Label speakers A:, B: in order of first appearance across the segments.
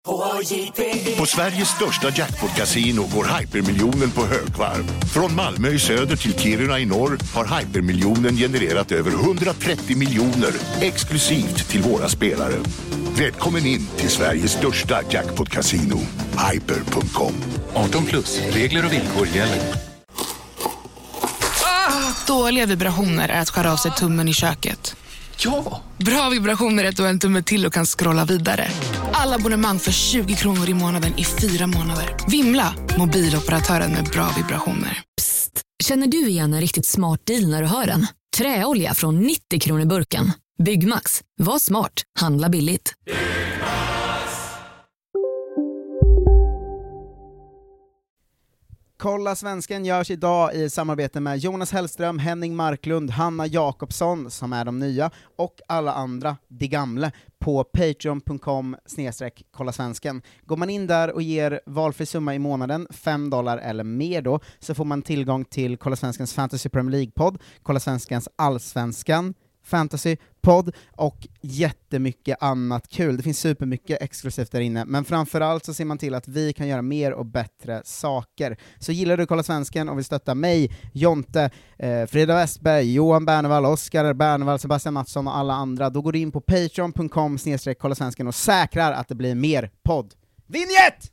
A: På Sveriges största jackpot-casino går hypermiljonen på högvarv. Från Malmö i söder till Kiruna i norr har hypermiljonen genererat över 130 miljoner exklusivt till våra spelare. Välkommen in till Sveriges största jackpot-casino, hyper.com.
B: 18+, regler och villkor gäller.
C: Dåliga vibrationer är att skära av sig tummen i köket.
B: Ja!
C: Bra vibrationer är att du har en tumme till och kan scrolla vidare. Alla abonnemang för 20 kronor i månaden i 4 månader. Vimla! Mobiloperatören med bra vibrationer.
D: Psst! Känner du igen en riktigt smart deal när du hör den? Träolja från 90 kronor burken. Byggmax. Var smart. Handla billigt.
E: Kolla svensken görs idag i samarbete med Jonas Hellström, Henning Marklund, Hanna Jakobsson som är de nya och alla andra, de gamla, på patreon.com/kolla svensken. Går man in där och ger valfri summa i månaden, $5 eller mer då, så får man tillgång till Kolla svenskens Fantasy Premier League-podd, Kolla svenskens Allsvenskan Fantasy-podd och jättemycket annat kul. Det finns supermycket exklusivt där inne, men framförallt så ser man till att vi kan göra mer och bättre saker. Så gillar du Kolla svensken och vill stötta mig, Jonte, Frida Westberg, Johan Bernevall, Oskar Bernevall, Sebastian Mattsson och alla andra, då går du in på patreon.com/kolla svensken och säkrar att det blir mer podd. Vinjett!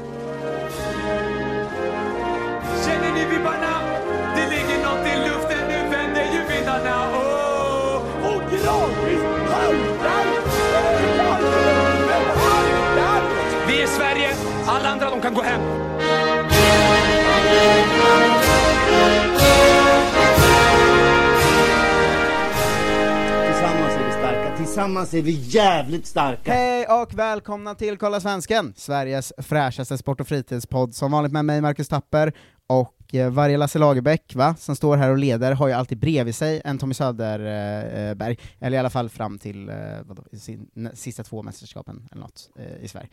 F: Känner ni vibbarna? Det ligger något i luften, nu vänder ju vindarna. Och gradvis haltar. Vi är Sverige, alla andra de kan gå hem.
G: Tillsammans är vi starka, tillsammans är vi jävligt starka.
E: Hej och välkomna till Kolla svensken, Sveriges fräschaste sport- och fritidspodd. Som vanligt med mig, Marcus Tapper, och varje Lasse Lagerbäck, som står här och leder, har ju alltid bredvid sig en Tommy Söderberg, eller i alla fall fram till sin sista 2 mästerskapen eller något i Sverige.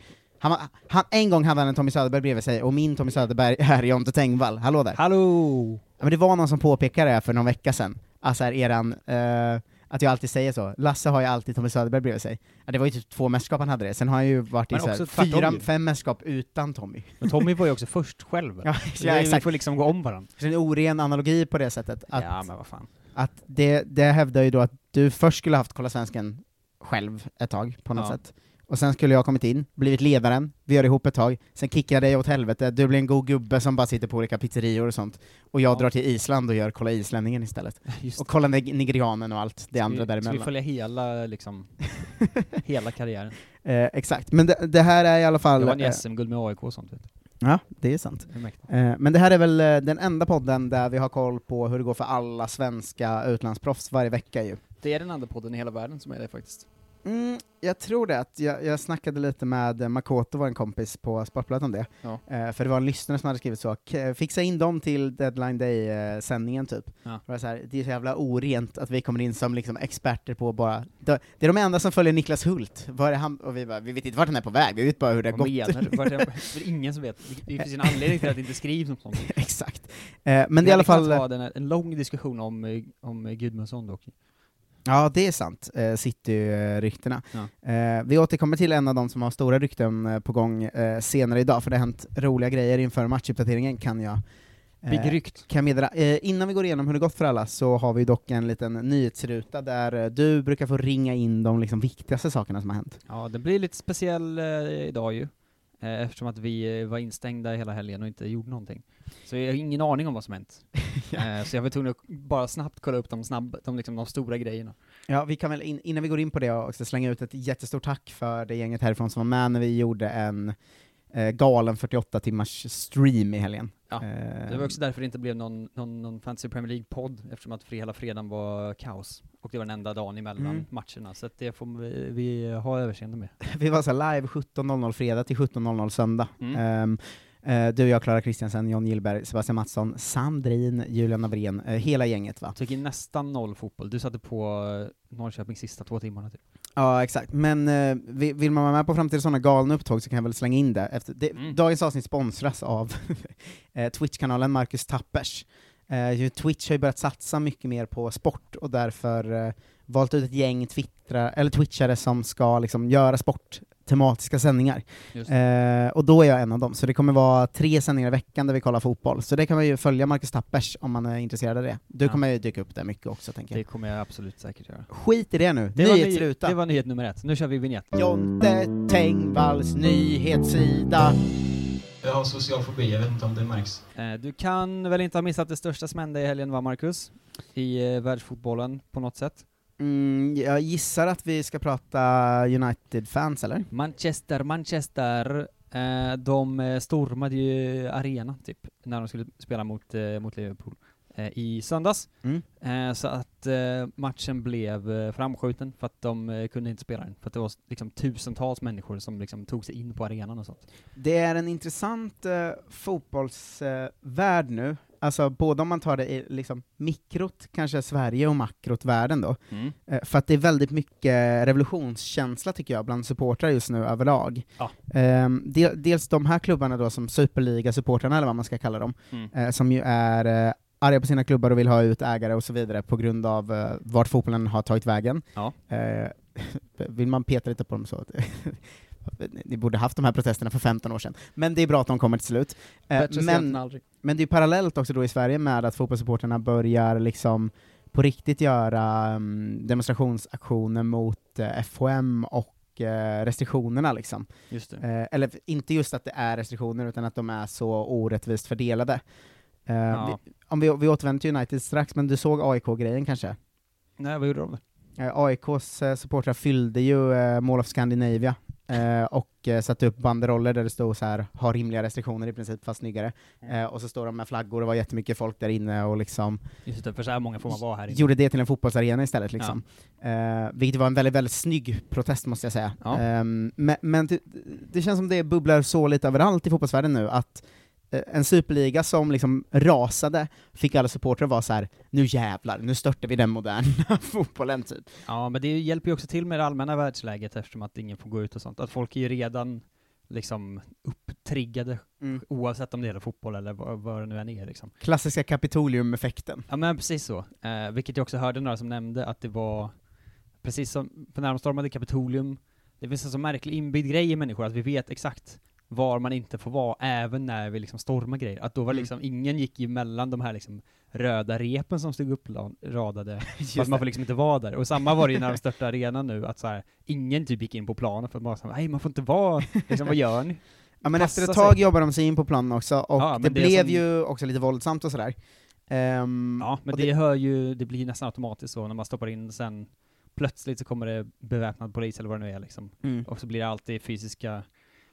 E: En gång hade han en Tommy Söderberg bredvid sig, och min Tommy Söderberg är Jonte Tengvall. Hallå där.
H: Hallå!
E: Ja, men det var någon som påpekade det för någon vecka sedan. Alltså att jag alltid säger så. Lasse har ju alltid Tommy Söderberg bredvid sig. Ja, det var ju typ 2 mästerskap han hade det. Sen har han ju varit i 4-5 mästerskap utan Tommy.
H: Men Tommy var ju också först själv.
E: Ja,
H: exakt. Vi får liksom gå om varandra.
E: Så det är en oren analogi på det sättet. Att,
H: ja, men vad fan.
E: Att det hävdar ju då att du först skulle haft Kolla svensken själv ett tag på något sätt. Och sen skulle jag kommit in, blivit ledaren, vi gör ihop ett tag, sen kickar jag dig åt helvete, du blir en god gubbe som bara sitter på olika pizzerior och sånt, och jag drar till Island och gör Kolla islänningen istället. Och Kolla nigerianen och allt det andra däremellan.
H: Så vi följer hela, liksom, hela karriären.
E: Exakt, men det här är i alla fall...
H: Det var en SM-guld med AIK och sånt, vet du.
E: Ja, det är sant. Men det här är väl den enda podden där vi har koll på hur det går för alla svenska utlandsproffs varje vecka ju.
H: Det är den enda podden i hela världen som är det faktiskt.
E: Jag tror det, att jag snackade lite med Makoto, var en kompis på Sportbladet om det.
H: Ja.
E: För det var en lyssnare som hade skrivit så, fixa in dem till Deadline Day-sändningen typ.
H: Ja.
E: Det är så jävla orent att vi kommer in som liksom experter på bara... Det är de enda som följer Niklas Hult. Var är han? Och vi vet inte vart han är på väg, vi vet bara hur det har gått.
H: Det är ingen som vet. Det finns en anledning till att det inte skrivs om sånt.
E: Exakt. Men det är i alla fall...
H: en lång diskussion om Gudmundsson dock.
E: Ja, det är sant. City-ryktena. Ja. Vi återkommer till en av de som har stora rykten på gång senare idag, för det har hänt roliga grejer inför matchuppdateringen kan jag meddela. Innan vi går igenom hur det gått för alla så har vi dock en liten nyhetsruta där du brukar få ringa in de liksom viktigaste sakerna som har hänt.
H: Ja, det blir lite speciell idag ju. Eftersom att vi var instängda hela helgen och inte gjorde någonting. Så jag har ingen aning om vad som hänt. Så jag var tvungen att bara snabbt kolla upp de stora grejerna.
E: Ja, vi kan väl innan vi går in på det också slänga ut ett jättestort tack för det gänget härifrån som var med när vi gjorde en galen 48 timmars stream i helgen.
H: Ja, det var också därför det inte blev någon Fantasy Premier League-podd, eftersom att hela fredagen var kaos. Och det var den enda dagen emellan matcherna, så att det får vi ha överseende med. Vi
E: var så live 17.00 fredag till 17.00 söndag. Du och jag, Clara Kristiansen, John Gillberg, Sebastian Mattsson, Sandrin, Julian Navrén, hela gänget va?
H: Tycker nästan 0 fotboll. Du satte på Norrköpings sista 2 timmarna typ.
E: Ja, exakt. Men vill man vara med på framtida sådana galna upptåg så kan jag väl slänga in det. Dagens avsnitt sponsras av Twitch-kanalen Marcus Tappers. Twitch har ju börjat satsa mycket mer på sport och därför valt ut ett gäng twitchare som ska liksom göra sport tematiska sändningar.
H: Just
E: Och då är jag en av dem. Så det kommer vara 3 sändningar i veckan där vi kollar fotboll. Så det kan man ju följa Marcus Tappers om man är intresserad av det. Du kommer ju dyka upp där mycket också, tänker jag.
H: Det kommer jag absolut säkert göra.
E: Skit i det nu.
H: Nyhetsruta. Det var nyhet nummer 1. Nu kör vi vignett.
E: Jonte Tengvalls nyhetssida.
I: Jag har social fobi, jag vet inte om det märks.
H: Du kan väl inte ha missat det största som hände i helgen, var Marcus? I världsfotbollen på något sätt?
E: Jag gissar att vi ska prata United-fans, eller?
H: Manchester. De stormade ju arenan typ när de skulle spela mot Liverpool i söndags. Så att matchen blev framskjuten för att de kunde inte spela den. För att det var liksom tusentals människor som liksom tog sig in på arenan och sånt.
E: Det är en intressant fotbollsvärld nu. Alltså både om man tar det i liksom mikrot, kanske Sverige, och makrot världen då. För att det är väldigt mycket revolutionskänsla tycker jag bland supportrar just nu överlag.
H: Ja.
E: Dels de här klubbarna då som Superliga-supportrarna eller vad man ska kalla dem, som ju är arga på sina klubbar och vill ha ut ägare och så vidare på grund av vart fotbollen har tagit vägen.
H: Ja.
E: Vill man peta lite på dem så ni borde haft de här protesterna för 15 år sedan. Men det är bra att de kommer till slut. Men det är parallellt också då i Sverige med att fotbollssupporterna börjar liksom på riktigt göra demonstrationsaktioner mot FHM och restriktionerna liksom.
H: Just det.
E: Eller inte just att det är restriktioner utan att de är så orättvist fördelade. Vi återvänder till United strax, men du såg AIK-grejen kanske?
H: Nej, vad gjorde de?
E: AIKs supportrar fyllde ju Mall of Scandinavia och satte upp banderoller där det stod så här: ha rimliga restriktioner i princip, fast snyggare. Och så står de med flaggor, det var jättemycket folk där inne och liksom
H: just det, för så här många får man vara här inne.
E: Gjorde det till en fotbollsarena istället liksom. Vilket var en väldigt, väldigt snygg protest måste jag säga. Men det känns som det bubblar så lite överallt i fotbollsvärlden nu att en superliga som liksom rasade fick alla supportrar vara så här: nu jävlar, nu störtar vi den moderna fotbollen typ.
H: Ja, men det hjälper ju också till med det allmänna världsläget eftersom att ingen får gå ut och sånt. Att folk är ju redan liksom upptriggade oavsett om det gäller fotboll eller vad det nu än är liksom.
E: Klassiska Kapitolium-effekten.
H: Ja, men precis så. Vilket jag också hörde några som nämnde att det var precis som när de stormade Kapitolium. Det finns en så märklig inbyggd grej i människor att vi vet exakt var man inte får vara även när vi liksom stormar grejer. Att då var liksom ingen gick emellan de här liksom röda repen som stod uppradade för att man får liksom inte vara där. Och samma var det ju när de störtade arenan nu, att så här, ingen typ gick in på planen för att bara så här, nej, man får inte vara, liksom, vad gör ni?
E: Ja, men efter ett tag jobbar de sig in på planen också, och det blev ju också lite våldsamt och sådär.
H: Ja, men det blir nästan automatiskt så när man stoppar in, sen plötsligt så kommer det beväpnad polis eller vad det nu är liksom. Och så blir det alltid fysiska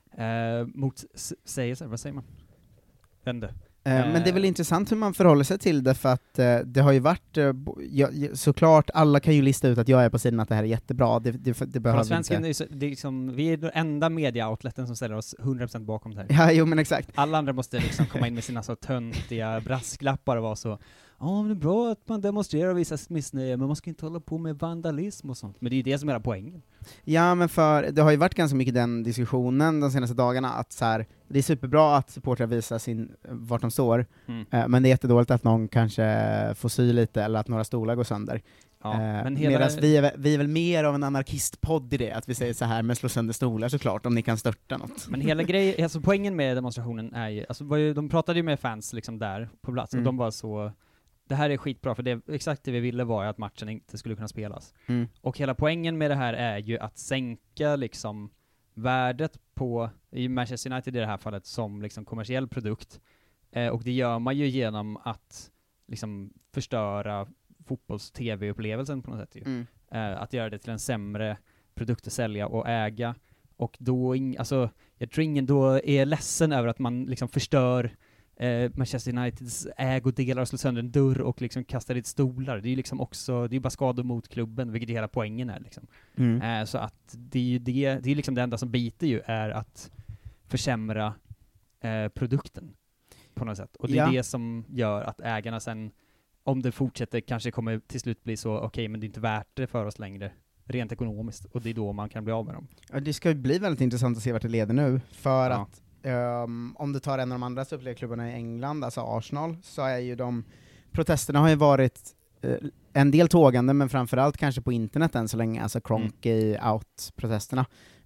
H: motsägelser, vad säger man? Vände.
E: Men det är väl intressant hur man förhåller sig till det, för att det har ju varit, såklart, alla kan ju lista ut att jag är på sidan att det här är jättebra, det behöver
H: svensken inte. Det är liksom, vi är den enda media-outleten som ställer oss 100% bakom det här.
E: Ja, jo men exakt.
H: Alla andra måste liksom komma in med sina så töntiga brasklappar och vara så, det är bra att man demonstrerar och visar missnöje, men man ska inte hålla på med vandalism och sånt. Men det är ju det som är poängen. Ja,
E: men för det har ju varit ganska mycket den diskussionen de senaste dagarna, att så här, det är superbra att supportrar visar vart de står, men det är jättedåligt att någon kanske får sy lite eller att några stolar går sönder. Medan vi är väl mer av en anarkistpodd i det, att vi säger så här, men slå sönder stolar såklart om ni kan störta något.
H: Men hela grejen, alltså poängen med demonstrationen är ju, alltså de pratade ju med fans liksom där på plats, och de var så, det här är skitbra, för det exakt det vi ville var att matchen inte skulle kunna spelas. Och hela poängen med det här är ju att sänka liksom värdet på, i Manchester United i det här fallet, som liksom kommersiell produkt. Och det gör man ju genom att liksom förstöra fotbolls-tv-upplevelsen på något sätt ju. Att göra det till en sämre produkt att sälja och äga. Och då, alltså, jag tror ingen då är ledsen över att man liksom förstör Manchester Uniteds ägodelar och slår sönder en dörr och liksom kastar dit stolar. Det är ju liksom också, det är bara skador mot klubben, vilket hela poängen är liksom. Så att det är liksom det enda som biter ju, är att försämra produkten på något sätt. Och det är det som gör att ägarna sen, om det fortsätter, kanske kommer till slut bli så, okej, men det är inte värt det för oss längre rent ekonomiskt, och det är då man kan bli av med dem. Ja,
E: det ska bli väldigt intressant att se vart det leder nu, för att om du tar en av de andra supporterklubbarna i England, alltså Arsenal, så är ju protesterna har ju varit en del tågande, men framförallt kanske på internet än så länge, alltså Cronky out-protesterna.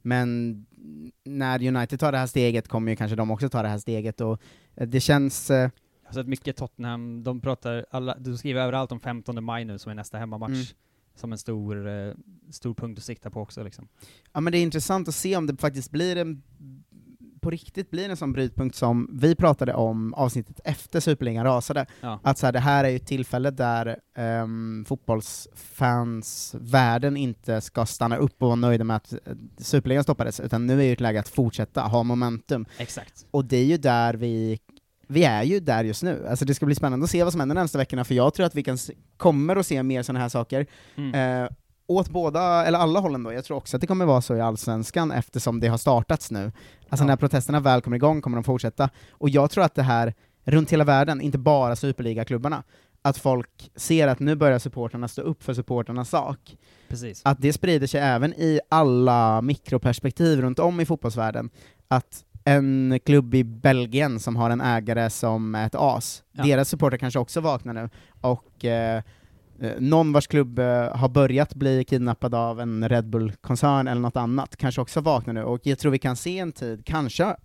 E: Men när United tar det här steget kommer ju kanske de också ta det här steget, och det känns...
H: Jag har sett mycket Tottenham, de skriver överallt om 15 maj nu som är nästa hemmamatch, som en stor punkt att sikta på också liksom.
E: Ja, men det är intressant att se om det faktiskt på riktigt blir en sån brytpunkt som vi pratade om avsnittet efter Superligan rasade.
H: Ja.
E: Att så här, det här är ju ett tillfälle där fotbollsfansvärlden inte ska stanna upp och vara nöjda med att Superligan stoppades, utan nu är ju ett läge att fortsätta ha momentum.
H: Exakt.
E: Och det är ju där vi är ju där just nu. Alltså det ska bli spännande att se vad som händer de närmaste veckorna, för jag tror att vi kommer att se mer sådana här saker. Åt båda, eller alla hållen då. Jag tror också att det kommer vara så i Allsvenskan, eftersom det har startats nu. Alltså när protesterna väl kommer igång kommer de fortsätta. Och jag tror att det här, runt hela världen, inte bara Superliga-klubbarna, att folk ser att nu börjar supporterna stå upp för supporternas sak.
H: Precis.
E: Att det sprider sig även i alla mikroperspektiv runt om i fotbollsvärlden. Att en klubb i Belgien som har en ägare som är ett as, deras supporter kanske också vaknar nu, och någon vars klubb har börjat bli kidnappad av en Red Bull-koncern eller något annat kanske också vaknar nu, och jag tror vi kan se en tid, kanske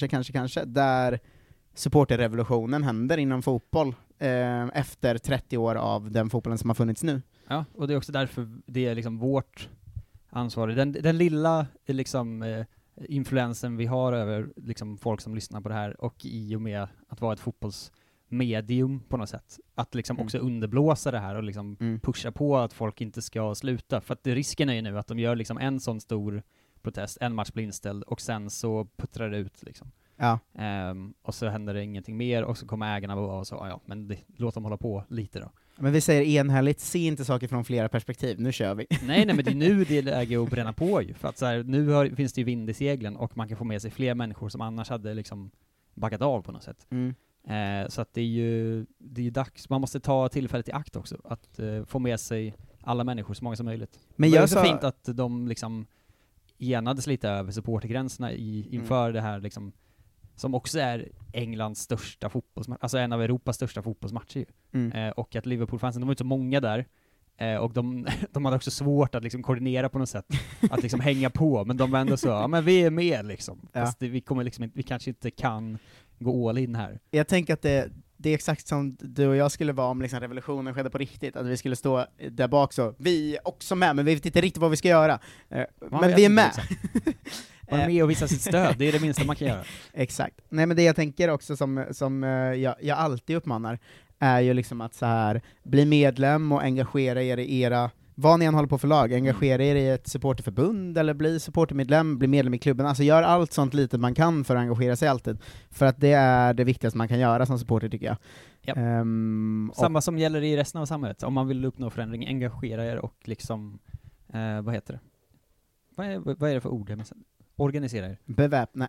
E: där supporterrevolutionen händer inom fotboll efter 30 år av den fotbollen som har funnits nu.
H: Ja, och det är också därför det är liksom vårt ansvar. Den lilla liksom influensen vi har över liksom folk som lyssnar på det här, och i och med att vara ett fotbollsmedium på något sätt, att liksom också underblåsa det här och liksom pusha på att folk inte ska sluta, för att risken är ju nu att de gör liksom en sån stor protest, en match blir inställd och sen så puttrar det ut liksom.
E: Ja.
H: Och så händer det ingenting mer, och så kommer ägarna och så, men låt dem hålla på lite då.
E: Men vi säger enhälligt, se inte saker från flera perspektiv, nu kör vi.
H: Nej, men det är nu det är läge att bränna på ju, för att så här, nu finns det ju vind i seglen, och man kan få med sig fler människor som annars hade liksom backat av på något sätt. Så att det är ju dags, man måste ta tillfället i akt också, att få med sig alla människor, så många som möjligt. Men det är så fint att de liksom enades lite över supportergränserna inför det här liksom, som också är Englands största fotbollsmatch, alltså en av Europas största fotbollsmatcher. Och att Liverpool-fansen, de var inte så många där, och de hade också svårt att liksom koordinera på något sätt, att liksom hänga på, men de var ändå så, ja men vi är med liksom. Fast vi kanske inte kan gå all in här. Jag tänker att det är exakt som du och jag skulle vara om liksom revolutionen skedde på riktigt, att vi skulle stå där bak så, vi är också med, men vi vet inte riktigt vad vi ska göra. Men vi är med. Vara med och visa sitt stöd, det är det minsta man kan göra.
E: Exakt. Nej, men det jag tänker också som jag alltid uppmanar är ju liksom att så här, bli medlem och engagera er i era, vad ni än håller på för lag, engagera er i ett supporterförbund eller bli supportermedlem, bli medlem i klubben, alltså gör allt sånt litet man kan för att engagera sig alltid, för att det är det viktigaste man kan göra som supporter, tycker jag.
H: Yep. Samma som gäller i resten av samhället, om man vill uppnå förändring, engagera er och liksom, vad heter det? Vad är det för ord? Organisera er.
E: Beväpna.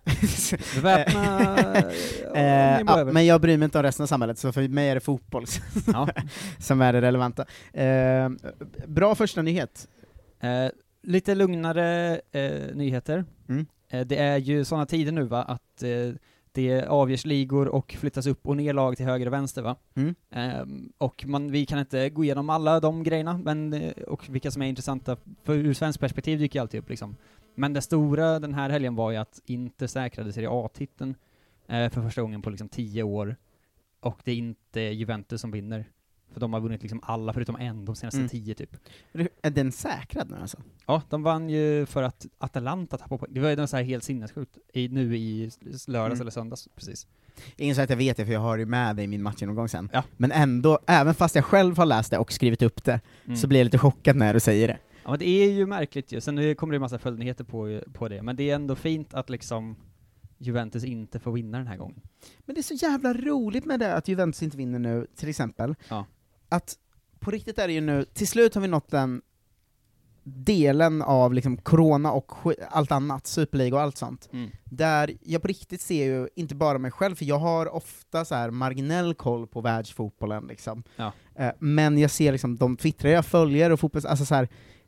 H: Men
E: jag bryr mig inte om resten av samhället, så för mig är det fotboll som är det relevanta. Bra första nyhet.
H: Lite lugnare nyheter. Det är ju sådana tider nu, va, att det avgörs ligor och flyttas upp och ner lag till höger och vänster, va? Och vi kan inte gå igenom alla de grejerna, men och vilka som är intressanta för ur svensk perspektiv dyker alltid upp liksom. Men det stora den här helgen var ju att Inter säkrade Serie A-titeln för första gången på liksom 10 år, och det är inte Juventus som vinner, för de har vunnit liksom alla förutom en de senaste 10 typ.
E: Är den säkrad nu alltså?
H: Ja, de vann ju för att Atalanta tappade poäng. Det var ju så här helt sinnessjukt nu i lördags eller söndags, precis.
E: Ingen säger att jag vet det, för jag har ju med det i min matchgenomgång sen.
H: Ja.
E: Men ändå, även fast jag själv har läst det och skrivit upp det, så blir jag lite chockad när du säger det.
H: Ja, men det är ju märkligt ju. Sen kommer det en massa följdnyheter på det. Men det är ändå fint att liksom Juventus inte får vinna den här gången.
E: Men det är så jävla roligt med det, att Juventus inte vinner nu, till exempel.
H: Ja.
E: Att på riktigt är det ju nu, till slut har vi nått den delen av liksom corona och allt annat, Superliga och allt sånt, där jag på riktigt ser ju inte bara mig själv, för jag har ofta så här marginell koll på världsfotbollen liksom.
H: Ja.
E: Men jag ser liksom de twittrar jag följer och fotbolls, alltså så här,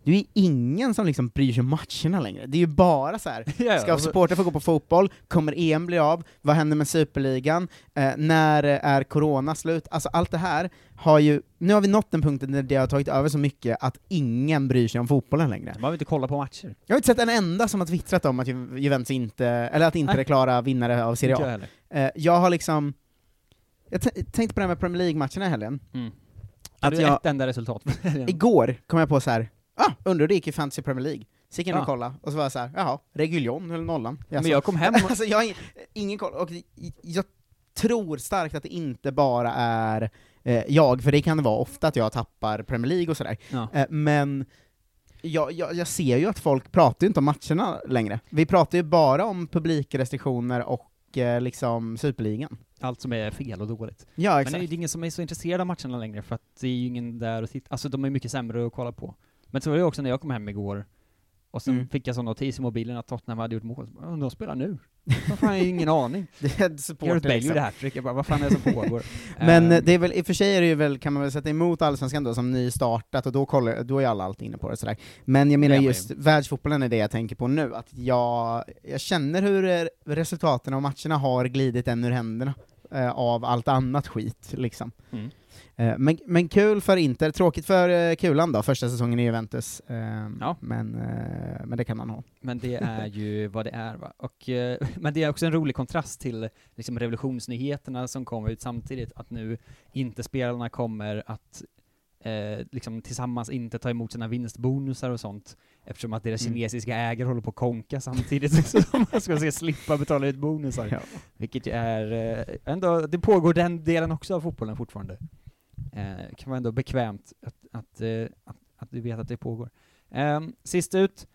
E: det är ju ingen som liksom bryr sig om matcherna längre. Det är ju bara så här. Ska supporter få gå på fotboll? Kommer EM bli av? Vad händer med Superligan? När är corona slut? Alltså allt det här har ju, nu har vi nått den punkten där det har tagit över så mycket att ingen bryr sig om fotbollen längre.
H: Man vill inte kolla på matcher.
E: Jag har inte sett en enda som har twittrat om att Juventus inte, eller att inte är klara vinnare av Serie A. Jag har liksom, jag tänkte på det här med Premier League-matcherna i helgen.
H: Att jag ett enda resultat.
E: Igår kom jag på så här. Undrar det gick i Fantasy Premier League. Så gick jag och kolla, och så var jag så här, jaha, Reguljon eller nollan.
H: Men jag kom hem och...
E: alltså, jag har ingen koll, och jag tror starkt att det inte bara är jag, för det kan det vara ofta att jag tappar Premier League och sådär. Men jag ser ju att folk pratar ju inte om matcherna längre. Vi pratar ju bara om publikrestriktioner och liksom Superligan.
H: Allt som är fel och dåligt.
E: Ja, exakt.
H: Men det är ingen som är så intresserad av matcherna längre, för att det är ju ingen där och titta. Alltså de är mycket sämre att kolla på. Men så var det också när jag kom hem igår, och sen fick jag sån notis i mobilen att Tottenham hade gjort mål. De spelar nu. Vad fan, jag har ingen aning.
E: Det är support
H: Gareth Bale gjorde det här trycket, vad fan är det som pågår?
E: Men det är väl, i och för sig är det ju väl, kan man väl sätta emot Allsvenskan då som nystartat, och då är alla allt inne på det sådär. Men jag menar just världsfotbollen är det jag tänker på nu, att jag känner hur resultaten av matcherna har glidit än ur händerna av allt annat skit liksom. Men kul för Inter, tråkigt för Kulan då, första säsongen i Juventus. Men det kan man ha.
H: Men det är ju vad det är, va? Och, men det är också en rolig kontrast till liksom revolutionsnyheterna som kommer ut samtidigt, att nu inte spelarna kommer att liksom tillsammans inte ta emot sina vinstbonusar och sånt, eftersom att deras kinesiska ägare håller på att konka samtidigt så man ska slippa betala ut bonusar. Vilket är ändå, det pågår den delen också av fotbollen fortfarande. Kan vara ändå bekvämt att du vet att det pågår. Sist ut,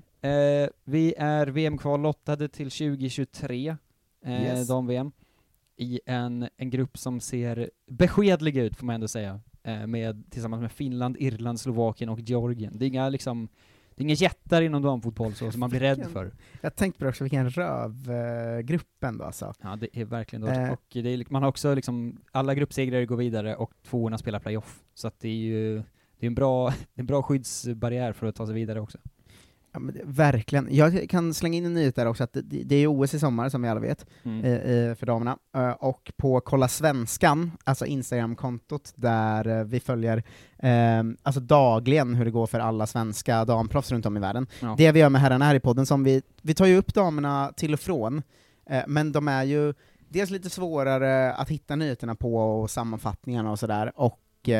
H: vi är VM-kvallottade till 2023 dam-VM i en grupp som ser beskedlig ut, får man ändå säga, tillsammans med Finland, Irland, Slovakien och Georgien. Det är inga jättar inom damfotboll så som man blir rädd för.
E: Jag tänkte på också vilken rövgrupp ändå alltså.
H: Ja, det är verkligen då. Och man har också liksom, alla gruppsegrare går vidare och tvåorna spelar playoff. Så att det är en bra skyddsbarriär för att ta sig vidare också.
E: Ja, men verkligen. Jag kan slänga in en nyhet där också, att det är OS i sommar som vi alla vet, för damerna. Och på Kolla Svenskan, alltså Instagram-kontot där vi följer alltså dagligen hur det går för alla svenska damproffs runt om i världen. Ja. Det vi gör med herrarna här i podden, som vi tar ju upp damerna till och från, men de är ju dels lite svårare att hitta nyheterna på och sammanfattningarna och sådär, och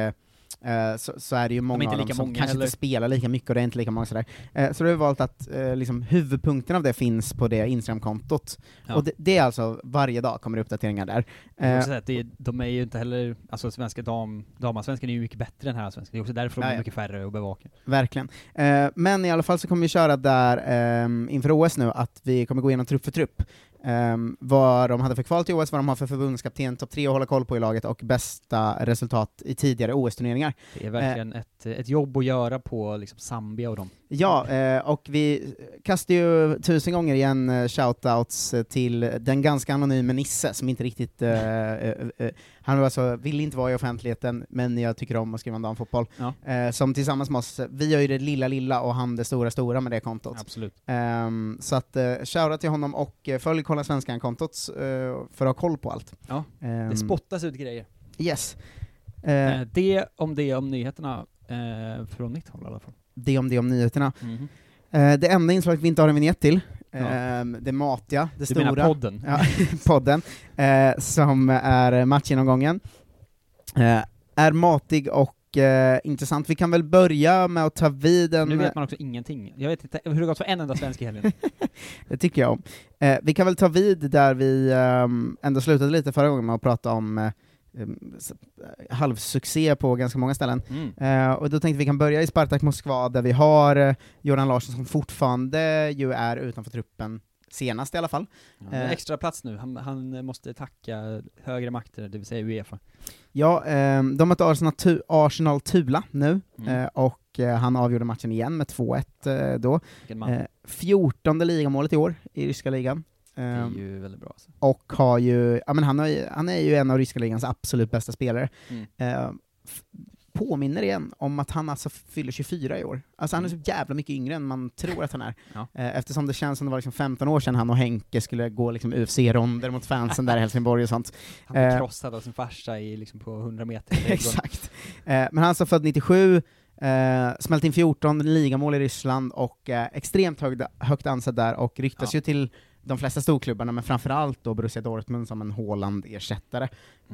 E: så är det ju många av dem som kanske inte spelar lika mycket, och det är inte lika många sådär. Så då har vi valt att liksom, huvudpunkten av det finns på det Instagram-kontot. Ja. Och det är alltså varje dag kommer det uppdateringar där.
H: De är ju inte heller, alltså svenska damarsvenskan är ju mycket bättre än här svenska. Det är också därför de är mycket färre att bevaka.
E: Verkligen. Men i alla fall så kommer vi köra där inför OS nu, att vi kommer gå igenom trupp för trupp. Vad de hade för kval till OS, vad de har för förbundskapten, topp 3 att hålla koll på i laget, och bästa resultat i tidigare OS-turneringar.
H: Det är verkligen ett jobb att göra på liksom Zambia och dem.
E: Ja, och vi kastar ju 1000 gånger igen shoutouts till den ganska anonyma Nisse, som inte riktigt han alltså, vill inte vara i offentligheten, men jag tycker om att skriva om damfotboll. Ja. Som tillsammans med oss, vi gör ju det lilla och han det stora med det kontot.
H: Absolut.
E: Så att shoutout till honom, och följ Kolla Svenskan-kontot för att ha koll på allt.
H: Ja, det spottas ut grejer.
E: Yes.
H: Det om nyheterna från mitt håll i alla fall.
E: Det om nyheterna. Det enda inslaget vi inte har en vignett till, det matiga, det stora.
H: Du menar podden?
E: Ja, podden, som är matchgenomgången. Är matig och intressant. Vi kan väl börja med att ta vid en...
H: Nu vet man också ingenting. Jag vet inte hur det gått för en enda svensk i helgen.
E: Det tycker jag om. Vi kan väl ta vid där vi ändå slutade lite förra gången med att prata om halvsuccé på ganska många ställen. Och då tänkte vi kan börja i Spartak Moskva, där vi har Jordan Larsson som fortfarande ju är utanför truppen, senast i alla fall.
H: Ja, extra plats nu. Han måste tacka högre makter, det vill säga UEFA.
E: Ja, de mötte Arsenal Tula nu, och han avgjorde matchen igen med 2-1 då. 14:e ligamålet i år i ryska ligan.
H: Det är ju väldigt bra alltså.
E: Och har ju, ja, men han är ju en av ryska ligans absolut bästa spelare. påminner igen om att han alltså fyller 24 i år. Alltså han är så jävla mycket yngre än man tror att han är.
H: Ja.
E: Eftersom det känns som det var liksom 15 år sedan han och Henke skulle gå liksom UFC-ronder mot fansen där i Helsingborg och sånt.
H: Han blev krossad av sin farsa i, liksom på 100 meter.
E: Exakt. Men han är alltså född 97, smält in 14 ligamål i Ryssland och extremt högt ansedd där, och ryktas ju till de flesta storklubbarna, men framförallt då Borussia Dortmund som en Haaland-ersättare.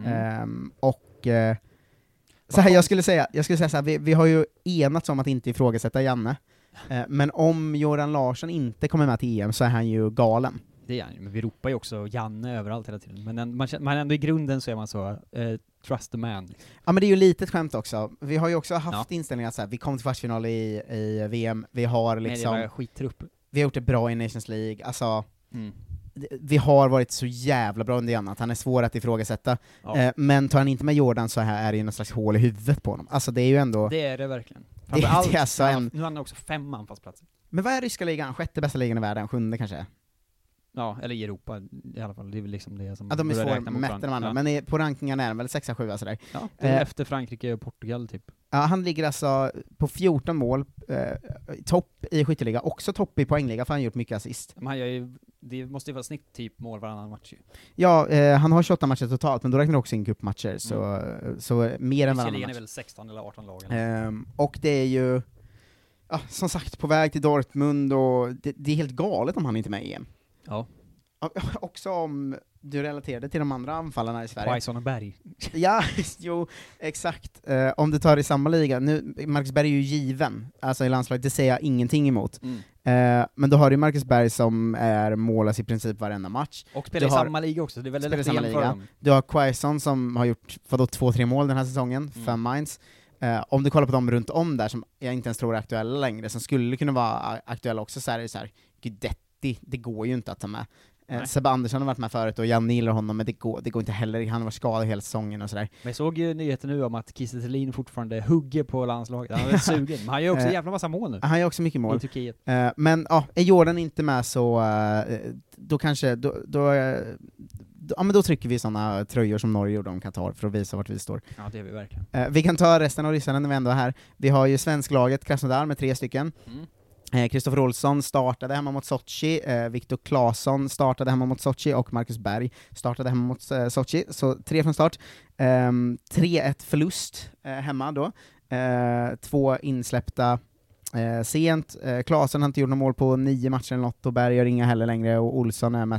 E: Så här, jag skulle säga så här, vi har ju enats om att inte ifrågasätta Janne, men om Jordan Larsson inte kommer med till EM så är han ju galen.
H: Det är han, men vi ropar ju också Janne överallt hela tiden. Men man ändå i grunden så är man så, trust the man.
E: Ja, men det är ju lite ett skämt också. Vi har ju också haft inställningar så här, vi kom till kvartsfinal i VM, vi har liksom...
H: Nej, det var skittrupp.
E: Vi har gjort det bra i Nations League, alltså... Vi har varit så jävla bra under annat, han är svår att ifrågasätta. Men tar han inte med Jordan så här är det ju någon slags hål i huvudet på honom. Alltså det är ju ändå...
H: Det är det verkligen.
E: Det är alltså
H: nu har han också 5 anfallsplatser.
E: Men vad är ryska ligan? 6:e bästa ligan i världen, 7:e kanske?
H: Ja, eller i Europa i alla fall. Det är väl liksom det som...
E: Ja, de är svåra mätt de andra, men på rankingarna är de väl 6-7 sådär.
H: Ja, det är efter Frankrike och Portugal typ.
E: Ja, han ligger alltså på 14 mål, topp i skytteliga, också topp i poängliga, för han har gjort mycket assist.
H: Men det måste ju vara snitt typ mål varannan match ju.
E: Ja, han har 28 matcher totalt, men då räknar också in cupmatcher, så mer än varannan match.
H: är väl 16 eller 18 lag.
E: Och det är ju, som sagt, på väg till Dortmund, och det är helt galet om han inte är med i EM.
H: Ja.
E: Också om du relaterade till de andra anfallarna i Sverige.
H: Quaison och Berg.
E: Ja, jo, exakt. Om du tar i samma liga, nu, Marcus Berg är ju given, alltså i landslaget, det säger jag ingenting emot. Men då har du Marcus Berg som är målas i princip varenda match.
H: Och spelar i samma liga också, det är väldigt lätt att jämföra dem.
E: Du har Quaison som har gjort 2-3 mål den här säsongen, 5 minds. Om du kollar på dem runt om där som jag inte ens tror är aktuella längre, som skulle kunna vara aktuella också, så är det så här, det går ju inte att ta med. Sebbe Andersson har varit med förut och Jan gillar honom, men det går inte heller, han var skadad hela säsongen och sådär. Men
H: jag såg ju nyheten nu om att Kiese Thelin fortfarande hugger på landslaget, han är sugen, men han gör också jävla massa mål nu.
E: Han gör också mycket mål.
H: I Turkiet.
E: Men är Jordan inte med så då kanske, men då trycker vi sådana tröjor som Norge gjorde om Qatar för att visa vart vi står.
H: Ja, det är vi verkligen.
E: Vi kan ta resten av ryssarna när vi ändå är här. Vi har ju svensklaget Krasnodar med 3 stycken. Kristoffer Olsson startade hemma mot Sochi, Viktor Claesson startade hemma mot Sochi, och Marcus Berg startade hemma mot Sochi, så 3 från start. 3-1 förlust hemma då. 2 insläppta sent. Claesson har inte gjort någon mål på 9 matcher eller något, och Berg gör inga heller längre, och Olsson är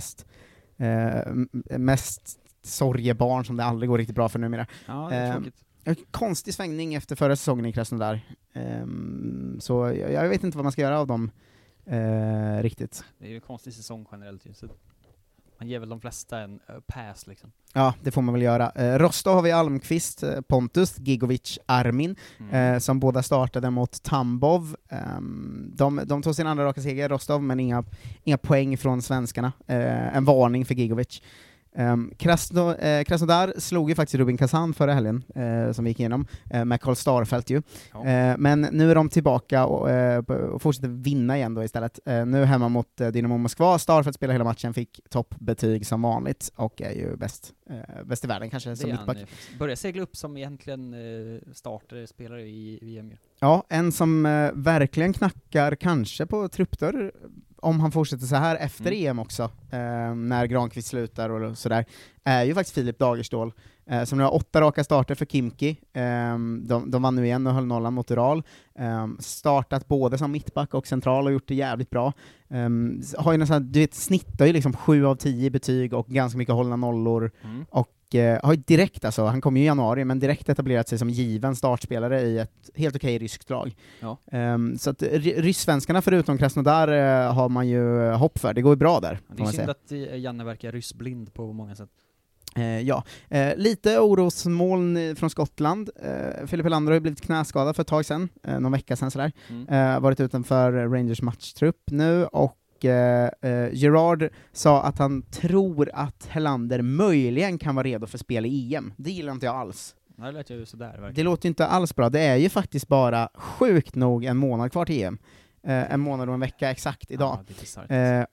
E: mest sorgebarn som det aldrig går riktigt bra för numera.
H: Ja, det är tråkigt.
E: Konstig svängning efter förra säsongen i Krasnodar. Så jag vet inte vad man ska göra av dem riktigt.
H: Det är ju en konstig säsong generellt ju, så man ger väl de flesta en pass liksom.
E: Ja, det får man väl göra. Rostov har vi Almqvist, Pontus, Gigovic, Armin, som båda startade mot Tambov. De tog sin andra raka seger, Rostov, men inga poäng från svenskarna. En varning för Gigovic. Krasnodar slog ju faktiskt Rubin Kazan förra helgen, som vi gick igenom, med Karl Starfelt ju. Men nu är de tillbaka och fortsätter vinna igen då istället. Nu hemma mot Dynamo Moskva. Starfelt spelar hela matchen, fick toppbetyg som vanligt, och är ju bäst i världen kanske som mittback.
H: Börjar segla upp som egentligen startare spelare i VM.
E: Ja, en som verkligen knackar kanske på truppdörr om han fortsätter så här efter EM också, när Granqvist slutar och sådär, är ju faktiskt Filip Dagerstål, som nu har 8 raka starter för Kimki. De vann nu igen och höll nollan mot Ural. Startat både som mittback och central och gjort det jävligt bra. Har ju nästan, du vet, snittar ju liksom 7 av 10 betyg och ganska mycket hållna nollor. Och har ju direkt, alltså, han kom ju i januari, men direkt etablerat sig som given startspelare i ett helt okej ryskt lag. Ja. Så att ryssvenskarna förutom Krasnodar har man ju hopp för. Det går ju bra där.
H: Det är synd att Janne verkar ryssblind på många sätt.
E: Lite orosmoln från Skottland. Filip Helander har ju blivit knäskadad för ett tag sedan, någon vecka sedan sådär. Varit utanför Rangers matchtrupp nu, och Gerard sa att han tror att Helander möjligen kan vara redo för spel i EM. Det gillar inte jag alls.
H: Nej, det lät ju sådär, verkligen.
E: Det låter ju inte alls bra. Det är ju faktiskt bara sjukt nog en månad kvar till EM. En månad och en vecka exakt idag.
H: Ja,
E: och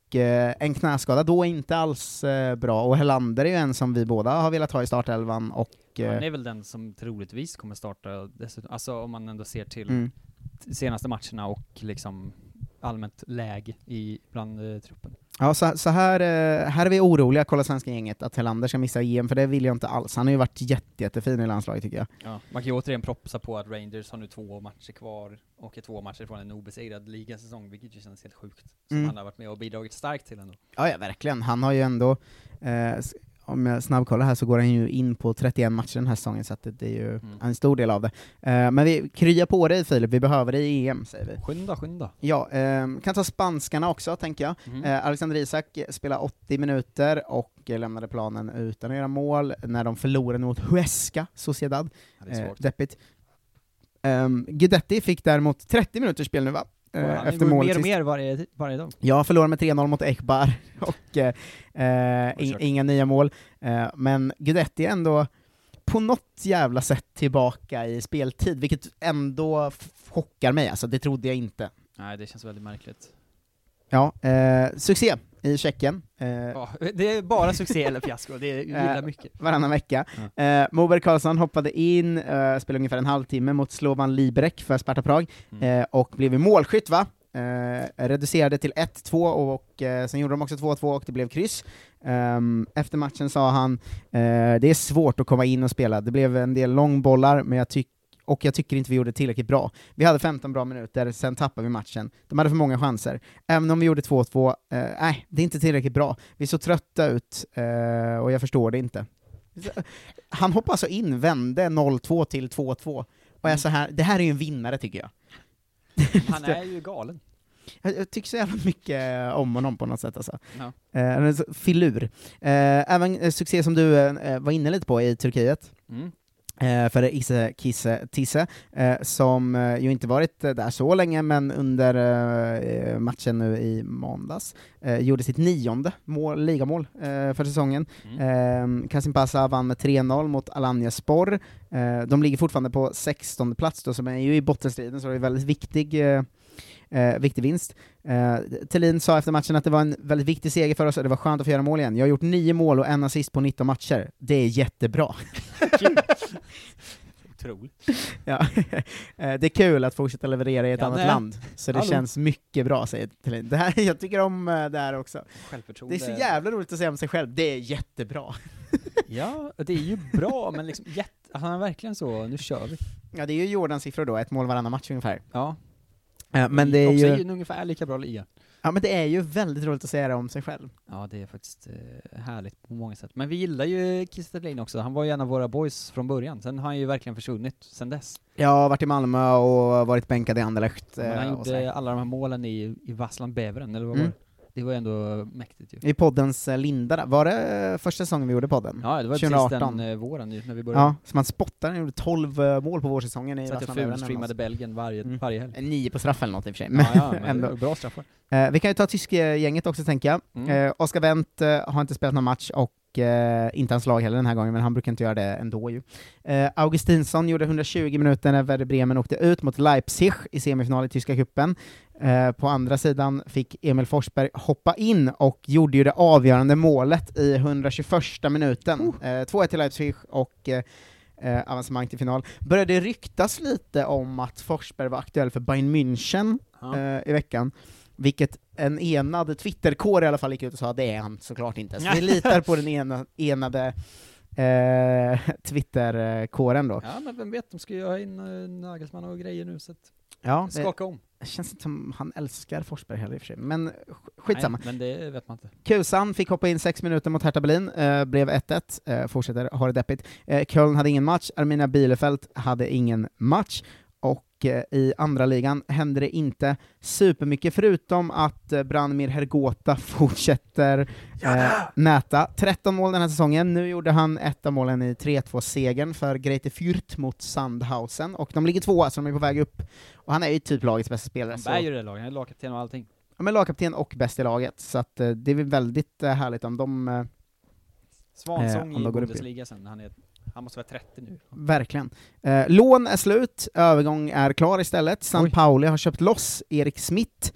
E: en knäskada, då är inte alls bra. Och Helander är ju en som vi båda har velat ha i startelvan. Och,
H: han är väl den som troligtvis kommer starta dessutom. Alltså om man ändå ser till senaste matcherna och liksom allmänt läge bland truppen.
E: Ja, så här är vi oroliga, kolla svenska gänget, att Helander ska missa EM, för det vill jag inte alls. Han har ju varit jättefin i landslaget tycker jag.
H: Ja, man kan ju återigen propsa på att Rangers har nu 2 matcher kvar och är 2 matcher från en obesegrad ligasäsong, vilket ju känns helt sjukt. Som han har varit med och bidragit starkt till ändå.
E: Ja, verkligen. Han har ju ändå, om jag snabbkollar här så går han ju in på 31 matcher den här säsongen, så att det är ju en stor del av det. Men vi kryar på dig Filip, vi behöver det i EM, säger vi.
H: Skynda.
E: Ja, kan ta spanskarna också, tänker jag. Alexander Isak spelade 80 minuter och lämnade planen utan att göra mål när de förlorade mot Huesca Sociedad. Deppigt. Guidetti fick däremot 30 minuters spel nu, va?
H: Efter målet mer och mer varje dag.
E: Ja, förlorade med 3-0 mot Ekbar och inga nya mål. Men Guidetti är ändå på något jävla sätt tillbaka i speltid, vilket ändå chockar mig. Alltså, det trodde jag inte.
H: Nej, det känns väldigt märkligt.
E: Ja, succé i Tjeckien.
H: Ja, det är bara succé eller fiasko, det gillar mycket.
E: Varannan vecka. Moberg Karlsson hoppade in, spelade ungefär en halvtimme mot Slovan Liberec för Sparta Prag, och blev målskytt, va? Reducerade till 1-2 och sen gjorde de också 2-2 och det blev kryss. Efter matchen sa han, det är svårt att komma in och spela. Det blev en del långbollar, men jag tycker inte vi gjorde tillräckligt bra. Vi hade 15 bra minuter, sen tappade vi matchen. De hade för många chanser. Även om vi gjorde 2-2, det är inte tillräckligt bra. Vi är så trötta ut, och jag förstår det inte. Han hoppade alltså in, vände 0-2 till 2-2. Och jag så här, det här är ju en vinnare tycker jag.
H: Han är ju galen.
E: Jag tycker så jävla mycket om honom på något sätt alltså. Ja. Filur. Även succé som du var inne lite på i Turkiet. För Isse Kisse Tisse, som ju inte varit där så länge, men under matchen nu i måndags gjorde sitt 9:e ligamål för säsongen. Kasim Pasa vann med 3-0 mot Alanyaspor. De ligger fortfarande på 16:e plats då, som är ju i bottenstriden, så det är väldigt viktig vinst. Thelin sa efter matchen att det var en väldigt viktig seger för oss och det var skönt att få göra mål igen. Jag har gjort 9 mål och en assist på 19 matcher. Det är jättebra.
H: Otroligt.
E: Ja. Det är kul att fortsätta leverera i ett annat land. Så det känns mycket bra, säger Thelin. Jag tycker om det här också. Det är så jävla roligt att säga om sig själv. Det är jättebra.
H: Ja, det är ju bra, men liksom han är verkligen så, nu kör vi.
E: Ja, det är ju Jordans siffror då, 1 mål varannan match ungefär.
H: Ja.
E: Men det är
H: också
E: ju
H: en ungefär lika bra liga.
E: Ja, men det är ju väldigt roligt att säga det om sig själv.
H: Ja, det är faktiskt härligt på många sätt. Men vi gillar ju Kistelin också. Han var ju en av våra boys från början. Sen har han ju verkligen försvunnit sen dess.
E: Jag har varit i Malmö och varit bänkad i Anderlecht.
H: Men han gjorde alla de här målen i Vassland Beveren, eller vad var det? Det var ändå mäktigt ju.
E: I poddens linda där. Var det första säsongen vi gjorde podden?
H: Ja, det var
E: 2018.
H: Precis den våren när vi började.
E: Ja, så man spottade, han gjorde 12 mål på vårsäsongen i
H: Vassland Beveren. Så att jag streamade Belgien varje helg.
E: 9 på straff eller något i och för sig.
H: Men ändå bra straffar.
E: Vi kan ju ta tyskgänget också, tänker jag. Oskar Wendt har inte spelat någon match och inte hans lag heller den här gången, men han brukar inte göra det ändå ju. Augustinsson gjorde 120 minuter när Werder Bremen åkte ut mot Leipzig i semifinal i Tyska cupen. På andra sidan fick Emil Forsberg hoppa in och gjorde ju det avgörande målet i 121 minuten. 2-1 till Leipzig och avancemang till final. Började ryktas lite om att Forsberg var aktuell för Bayern München i veckan, vilket en enad Twitterkår i alla fall gick ut och sa, det är han såklart inte. Så vi litar på den enade Twitterkåren då.
H: Ja, men vem vet, de ska ju ha in Nagelsmann och grejer nu, så att skaka om.
E: Det känns inte som han älskar Forsberg heller i och för sig, men skitsamma.
H: Nej, men det vet man inte.
E: Kusan fick hoppa in 6 minuter mot Hertha Berlin, blev 1-1, fortsätter ha det deppigt. Köln hade ingen match, Arminia Bielefeld hade ingen match, och i andra ligan hände det inte supermycket, förutom att Branimir Hergota fortsätter näta. 13 mål den här säsongen. Nu gjorde han ett av målen i 3-2-segern för Greuther Fürth mot Sandhausen, och de ligger 2, så de är på väg upp. Och han är ju typ lagets bästa spelare.
H: Han är ju det laget, han är lagkapten och allting.
E: Ja, men lagkapten och bäst i laget, så att det är väldigt härligt om de
H: Svansång i Bundesliga sen, han måste vara 30 nu.
E: Verkligen. Lån är slut, övergång är klar istället. San Pauli har köpt loss Erik Smith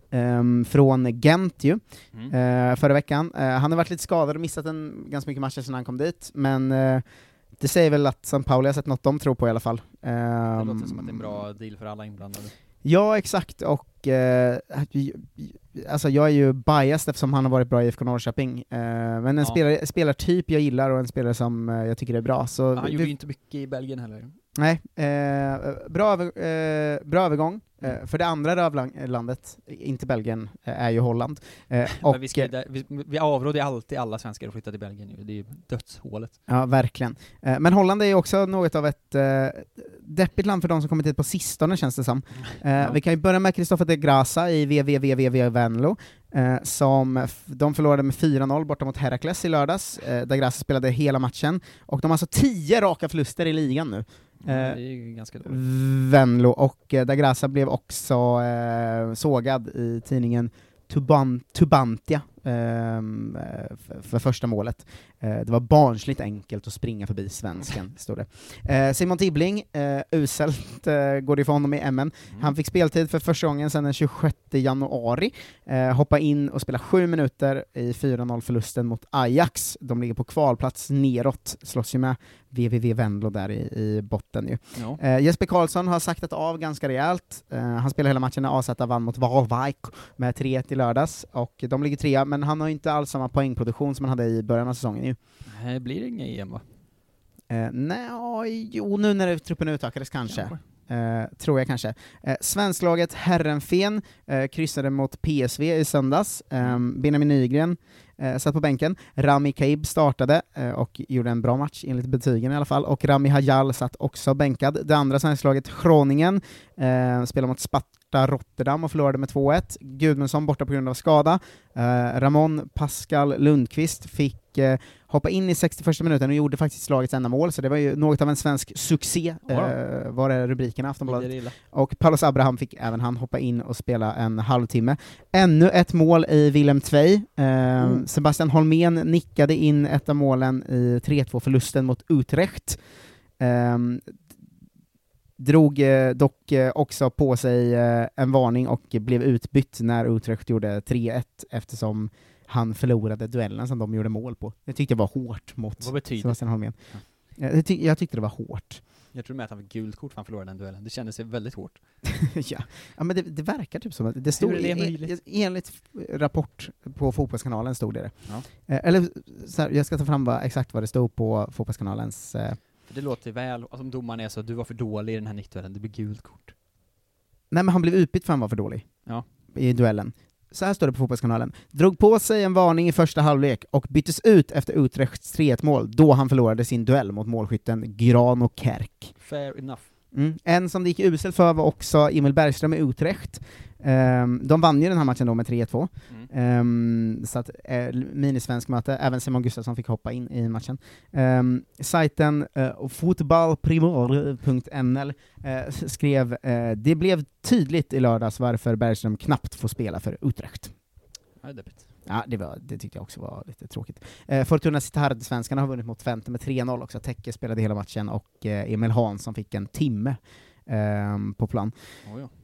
E: från Gent ju, förra veckan. Han har varit lite skadad och missat ganska mycket matcher sedan han kom dit, men det säger väl att San Pauli har sett något de tror på i alla fall.
H: Det låter som att det är en bra deal för alla inblandade.
E: Ja, exakt, och alltså jag är ju biased eftersom han har varit bra i IFK Norrköping, men en spelartyp jag gillar och en spelare som jag tycker är bra. Så
H: han gjorde ju inte mycket i Belgien heller.
E: Nej, bra övergång. För det andra rövlandet, inte Belgien, är ju Holland. Och
H: vi avråder alltid alla svenskar att flytta till Belgien nu. Det är ju dödshålet.
E: Ja, verkligen. Men Holland är ju också något av ett deppigt land för de som kommit hit på sistone, känns det som. Vi kan ju börja med Kristoffer de Grasa i VVVV Venlo. De förlorade med 4-0 borta mot Heracles i lördags. De Grasa spelade hela matchen. Och de har alltså 10 raka förluster i ligan nu.
H: Det är ju ganska dåligt.
E: Venlo, och Da Grasa blev också sågad i tidningen Tubantia för första målet. Det var barnsligt enkelt att springa förbi svensken, står det. Simon Tibbling, uselt går det för honom i MN. Han fick speltid för första gången sedan den 26 januari. Hoppa in och spela 7 minuter i 4-0-förlusten mot Ajax. De ligger på kvalplats neråt, slåss ju med VVV Venlo där i botten ju. Ja. Jesper Karlsson har saktat av ganska rejält. Han spelar hela matchen när AZ vann mot Valvik med 3-1 i lördags, och de ligger 3, men han har ju inte alls samma poängproduktion som han hade i början av säsongen ju.
H: Det blir inga EM, va?
E: Jo, nu när truppen utökades kanske. Tror jag kanske. Svensklaget Herrenfen kryssade mot PSV i söndags. Benjamin Nygren satt på bänken. Rami Kaib startade och gjorde en bra match enligt betygen i alla fall, och Rami Hajal satt också bänkad. Det andra svensklaget Groningen spelade mot Sparta Rotterdam och förlorade med 2-1. Gudmundsson borta på grund av skada. Ramon Pascal Lundqvist fick hoppa in i 61 minuten och gjorde faktiskt lagets enda mål, så det var ju något av en svensk succé, var det rubriken i Aftonbladet. Och Paulus Abraham fick även han hoppa in och spela en halvtimme. Ännu ett mål i Willem Tvei. Sebastian Holmén nickade in ett av målen i 3-2-förlusten mot Utrecht. Drog dock också på sig en varning och blev utbytt när Utrecht gjorde 3-1 eftersom han förlorade duellen som de gjorde mål på. Jag tyckte det var hårt mot Sebastian Holmén. Ja. Jag tyckte det var hårt.
H: Jag tror med att han fick gult kort för han förlorade den duellen. Det kändes väldigt hårt.
E: Ja, men det verkar typ som att det stod enligt rapport på Fotbollskanalen stod det. Ja. Eller så här, jag ska ta fram exakt vad det stod på Fotbollskanalens.
H: För det låter väl, alltså om domaren är så, du var för dålig i den här nickduellen, det blir gult kort.
E: Nej, men han blev utbytt för han var för dålig.
H: Ja.
E: I duellen. Så här står det på Fotbollskanalen. Drog på sig en varning i första halvlek och byttes ut efter Utrechts 3-1-mål då han förlorade sin duell mot målskytten Grano Kerk.
H: Fair enough.
E: En som det gick uselt för var också Emil Bergström i Utrecht. De vann ju den här matchen då med 3-2. Så att minisvensk möte, även Simon Gustafsson fick hoppa in i matchen. Sajten fotbollprimor.nl skrev det blev tydligt i lördags varför Bergström knappt får spela för Utrecht. Ja, det tyckte jag också var lite tråkigt. Fortuna Sittard, svenskarna har vunnit mot Twente med 3-0 också. Tecke spelade hela matchen och Emil Hansson fick en timme på plan.
H: Oh, ja.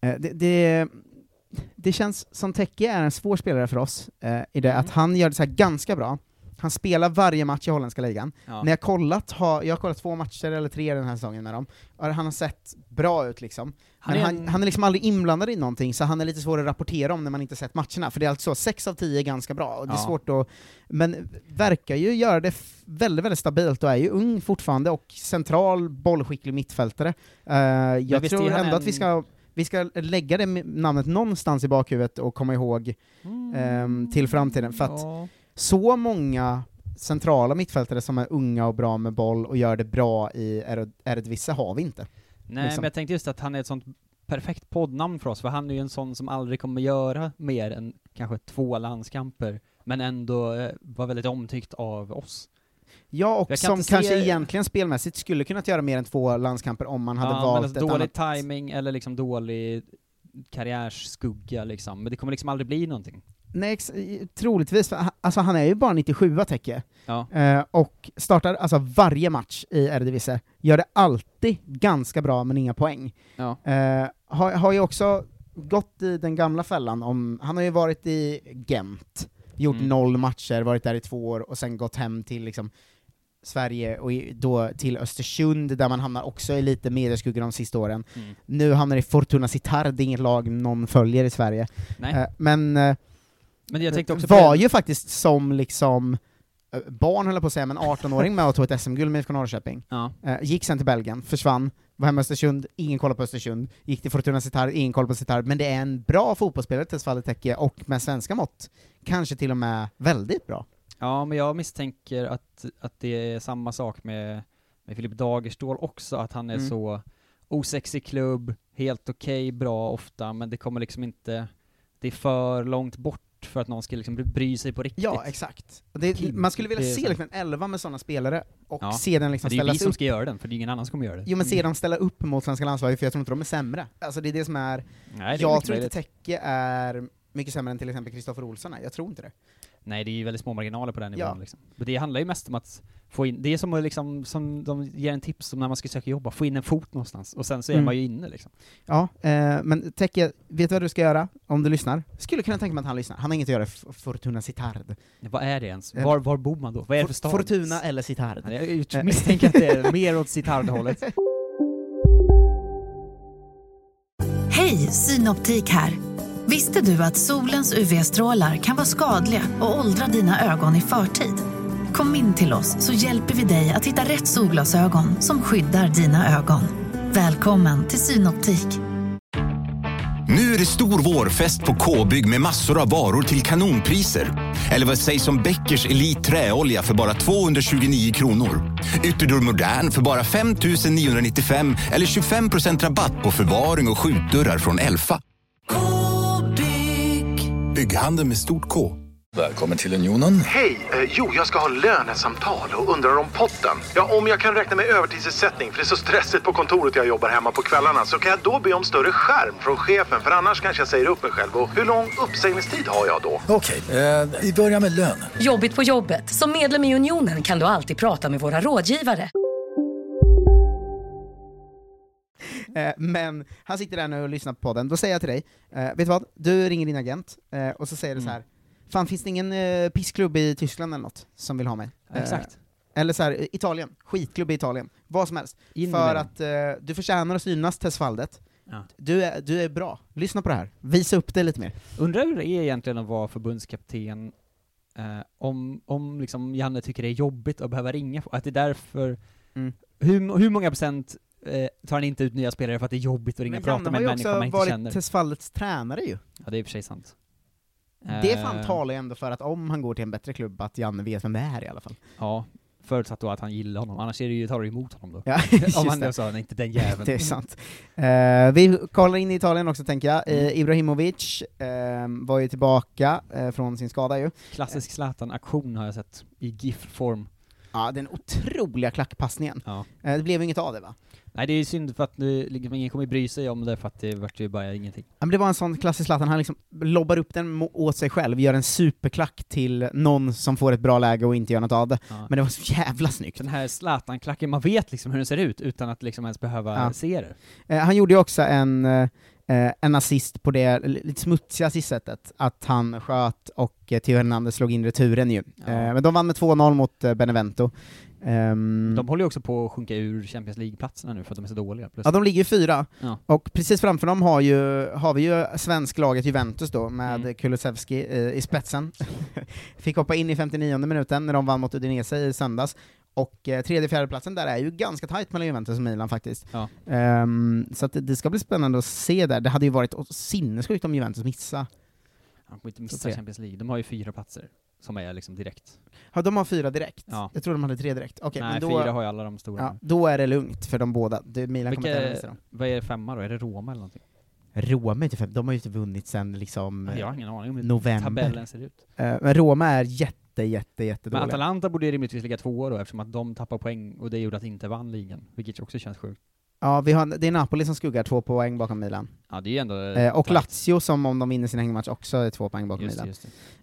E: Det känns som Tecke är en svår spelare för oss i det att han gör det så här ganska bra. Han spelar varje match i holländska ligan. Ja. När jag har kollat 2 matcher eller 3 den här säsongen med dem. Han har sett bra ut liksom. Han är liksom aldrig inblandad i någonting, så han är lite svår att rapportera om när man inte sett matcherna. För det är alltså 6 av 10 är ganska bra. Och det är svårt att, men verkar ju göra det väldigt, väldigt stabilt och är ju ung fortfarande och central, bollskicklig mittfältare. Jag tror ändå att vi ska lägga det namnet någonstans i bakhuvudet och komma ihåg till framtiden. För att så många centrala mittfältare som är unga och bra med boll och gör det bra i Eredivisie har vi inte.
H: Nej, liksom. Men jag tänkte just att han är ett sånt perfekt poddnamn för oss, för han är ju en sån som aldrig kommer göra mer än kanske 2 landskamper, men ändå var väldigt omtyckt av oss.
E: Ja, och som kanske egentligen spelmässigt skulle kunnat göra mer än 2 landskamper om man hade valt
H: ett dålig timing eller liksom dålig karriärskugga liksom, men det kommer liksom aldrig bli någonting.
E: Nej, troligtvis, för, alltså han är ju bara 97 Tecke.
H: Ja.
E: Och startar alltså varje match i Eredivisie. Gör det alltid ganska bra men inga poäng.
H: Ja.
E: Har ju också gått i den gamla fällan. Han har ju varit i Gent, gjort 0 matcher, varit där i 2 år och sen gått hem till liksom Sverige och då till Östersund där man hamnar också i lite medieskuggan de sista åren. Nu hamnar i Fortuna Sittard, det är inget lag någon följer i Sverige. Men
H: jag tänkte också
E: var ju faktiskt som liksom barn, höll jag på att säga, men 18-åring med att ta ett SM-guld med IFK Norrköping. Gick sen till Belgien, försvann, var hemma i Östersund, ingen koll på Östersund, gick till Fortuna Sittard, ingen koll på Sittard, men det är en bra fotbollsspelare till Tesfaye Tekke, och med svenska mått kanske till och med väldigt bra.
H: Ja, men jag misstänker att det är samma sak med Filip Dagerstål också, att han är så osexig klubb, helt okej, bra ofta, men det kommer liksom inte, det är för långt bort för att någon ska liksom bry sig på riktigt.
E: Ja, exakt. Man skulle vilja se liksom en 11 med sådana spelare och se den liksom
H: ställa upp. Det är vi som
E: upp.
H: ska göra den, för det är ingen annan som kommer göra det.
E: Jo, men se dem ställa upp mot svenska landslaget, för jag tror inte de är sämre. Alltså det är det som är... jag tror inte Tekke är mycket sämre än till exempel Kristoffer Olsson. Jag tror inte det.
H: Nej, det är ju väldigt små marginaler på den nivån. Liksom. Men det handlar ju mest om att få in, det är som, liksom, som de ger en tips om när man ska söka jobba, få in en fot någonstans, och sen så är man ju inne liksom.
E: Ja, men Tekke, vet du vad du ska göra om du lyssnar? Skulle kunna tänka mig att han lyssnar. Han har inget att göra i Fortuna Sittard.
H: Vad är det ens? Var bor man då? Vad är det för stad?
E: Fortuna eller Sittard.
H: Jag misstänker att det är mer åt Sittard-hållet.
J: Hej, Synoptik här. Visste du att solens UV-strålar kan vara skadliga och åldra dina ögon i förtid? Kom in till oss så hjälper vi dig att hitta rätt solglasögon som skyddar dina ögon. Välkommen till Synoptik.
K: Nu är det stor vårfest på K-bygg med massor av varor till kanonpriser. Eller vad sägs om Bäckers Elite träolja för bara 229 kronor. Ytterdörr Modern för bara 5 995 eller 25% rabatt på förvaring och skjutdörrar från Elfa. K-bygg. Bygghandel med stort K.
L: Välkommen till Unionen.
M: Hej, jag ska ha lönesamtal och undrar om potten. Ja, om jag kan räkna med övertidsersättning för det är så stressigt på kontoret jag jobbar hemma på kvällarna, så kan jag då be om större skärm från chefen, för annars kanske jag säger upp mig själv. Och hur lång uppsägningstid har jag då?
L: Okej, vi börjar med lön.
N: Jobbigt på jobbet. Som medlem i Unionen kan du alltid prata med våra rådgivare.
E: Men han sitter där nu och lyssnar på podden. Då säger jag till dig, vet du vad? Du ringer din agent och så säger du så här: fan, finns det ingen pissklubb i Tyskland eller något som vill ha mig?
H: Exakt.
E: Eller så här, Italien, skitklubb i Italien, vad som helst. För att du förtjänar att synas, Tesfaldet. Ja. Du är bra. Lyssna på det här. Visa upp det lite mer.
H: Undrar hur det är egentligen att vara förbundskapten, om liksom Janne tycker det är jobbigt att behöva ringa, att det är därför hur många procent tar han inte ut nya spelare för att det är jobbigt att ringa och prata med en människa man inte känner. Men han har ju också varit
E: Tesfaldets tränare ju.
H: Ja, det är i och för sig sant.
E: Det fan talar ju ändå för att om han går till en bättre klubb, att Janne vet vem det är i alla fall.
H: Ja, förutsatt då att han gillar honom. Annars är det ju, tar det emot honom då.
E: Ja,
H: om han då sa, inte den jäveln.
E: Det är sant. Vi kollar in i Italien också, tänker jag. Ibrahimovic var ju tillbaka från sin skada ju.
H: Klassisk Zlatan-aktion har jag sett i GIF-form.
E: Ja, den otroliga klackpassningen.
H: Ja.
E: Det blev inget av det, va?
H: Nej, det är synd för att liksom, ingen kommer bry sig om det, för att det vart ju bara ingenting.
E: Ja, men det var en sån klassisk Zlatan, han liksom lobbar upp den åt sig själv, gör en superklack till någon som får ett bra läge och inte gör något av det. Ja. Men det var så jävla snyggt.
H: Den här Zlatan-klacken, man vet liksom hur den ser ut utan att liksom ens behöva se det.
E: Han gjorde ju också en assist på det lite smutsiga assistsättet, att han sköt och Theo Hernandez slog in returen ju. Ja. Men de vann med 2-0 mot Benevento.
H: De håller ju också på att sjunka ur Champions League-platserna nu för att de är så dåliga. Plötsligt.
E: Ja, de ligger 4. Ja. Och precis framför dem har vi ju svensklaget Juventus då, med Kulusevski i spetsen. Fick hoppa in i 59:e minuten när de vann mot Udinese i söndags. Och 3:e-4:e platsen där är ju ganska tajt mellan Juventus och Milan faktiskt. Ja. Så att det ska bli spännande att se där. Det hade ju varit sinnessjukt om Juventus missa.
H: De får inte missa Champions League. De har ju 4 platser som är liksom direkt.
E: Ja, de har 4 direkt. Ja. Jag tror de hade 3 direkt. Okay,
H: nej,
E: men då,
H: 4 har ju alla de stora.
E: Ja, då är det lugnt för de båda. Milan kommer inte missa dem.
H: Vad är det 5 då? Är det Roma eller någonting?
E: Roma är inte 5. De har ju inte vunnit sen liksom
H: jag har ingen aning om hur
E: november.
H: Tabellen ser ut.
E: Men Roma är jättedåliga.
H: Men Atalanta borde rimligtvis ligga 2 då, eftersom att de tappar poäng och det gjorde att inte vann ligan, vilket också känns sjukt.
E: Ja, det är Napoli som skuggar 2 poäng bakom Milan.
H: Ja, det är ändå
E: och Lazio som, om de vinner sin hängmatch, också är 2 poäng bakom Milan.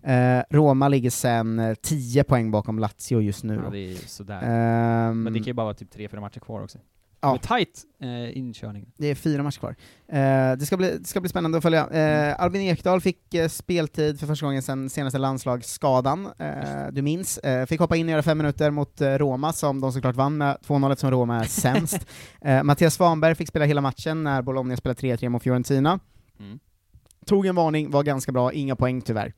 E: Roma ligger sen 10 poäng bakom Lazio just nu.
H: Ja, det är sådär. Men det kan ju bara vara typ 3-4 matcher kvar också. Det är tight inkörning.
E: Det är 4 matcher kvar. Det ska bli spännande att följa. Albin Ekdal fick speltid för första gången sedan senaste landslagsskadan. Du minns. Fick hoppa in och göra 5 minuter mot Roma, som de såklart vann med 2-0 eftersom Roma är sämst. Mattias Svanberg fick spela hela matchen när Bologna spelade 3-3 mot Fiorentina. Tog en varning, var ganska bra, inga poäng tyvärr.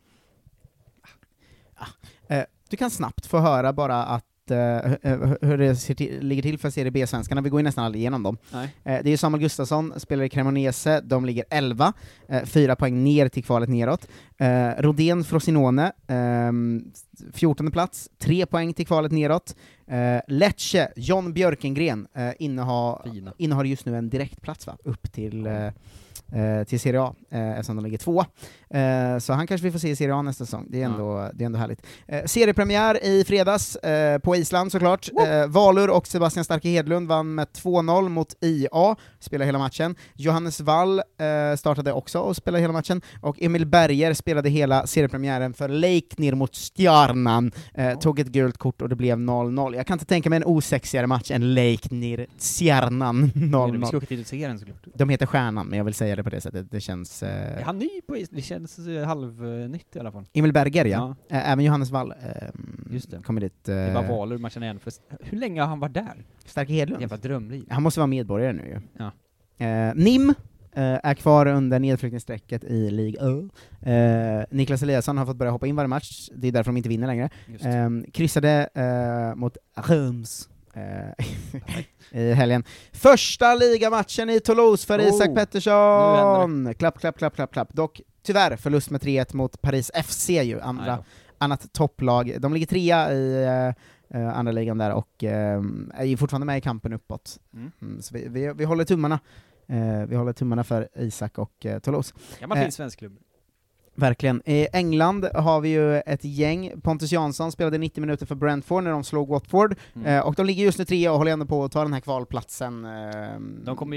E: Du kan snabbt få höra bara att hur det ligger till för Serie B-svenskarna. Vi går ju nästan aldrig igenom dem. Det är Samuel Gustafsson, spelar i Cremonese, de ligger 11, 4 poäng ner till kvalet neråt. Rodén Frosinone, 14:e plats, 3 poäng till kvalet neråt. Lecce, John Björkengren, innehar just nu en direktplats upp till Serie A, eftersom de ligger 2. Så han kanske vi får se i Serie A nästa säsong. Det är ändå härligt. Seriepremiär i fredags på Island såklart. Valur och Sebastian Starke Hedlund vann med 2-0 mot IA, spelade hela matchen. Johannes Wall startade också och spelade hela matchen, och Emil Berger spelade hela seriepremiären för Leiknir mot Stjarnan. Tog ett gult kort och det blev 0-0. Jag kan inte tänka mig en osexigare match än Leiknir Stjarnan 0-0.
H: Vi ska åka till serien såklart.
E: De heter Stjärnan, men jag vill säga det på det sättet. Det känns...
H: Är han ny på Island? Det känns halvnytt i alla fall.
E: Emil Berger, ja. Även Johannes Wall
H: just det.
E: Kommer dit.
H: Det var Valur man känner igen. Hur länge har han varit där?
E: Starke Hedlund.
H: Jävla drömliv.
E: Han måste vara medborgare nu ju.
H: Ja.
E: NIM är kvar under nedflyttningsstrecket i Ligue 1. Niklas Eliasson har fått börja hoppa in varje match. Det är därför de inte vinner längre. Kryssade mot Reims i helgen. Första ligamatchen i Toulouse för Isak Pettersson. Klapp. Dock tyvärr förlust med 3-1 mot Paris FC ju, annat topplag. De ligger 3 i andra ligan där och är ju fortfarande med i kampen uppåt. Så vi håller tummarna. Vi håller tummarna för Isak och Toulouse.
H: Gammal fin svensk klubb.
E: Verkligen. I England har vi ju ett gäng. Pontus Jansson spelade 90 minuter för Brentford när de slog Watford. Och de ligger just nu 3 och håller ändå på att ta den här kvalplatsen.
H: De kommer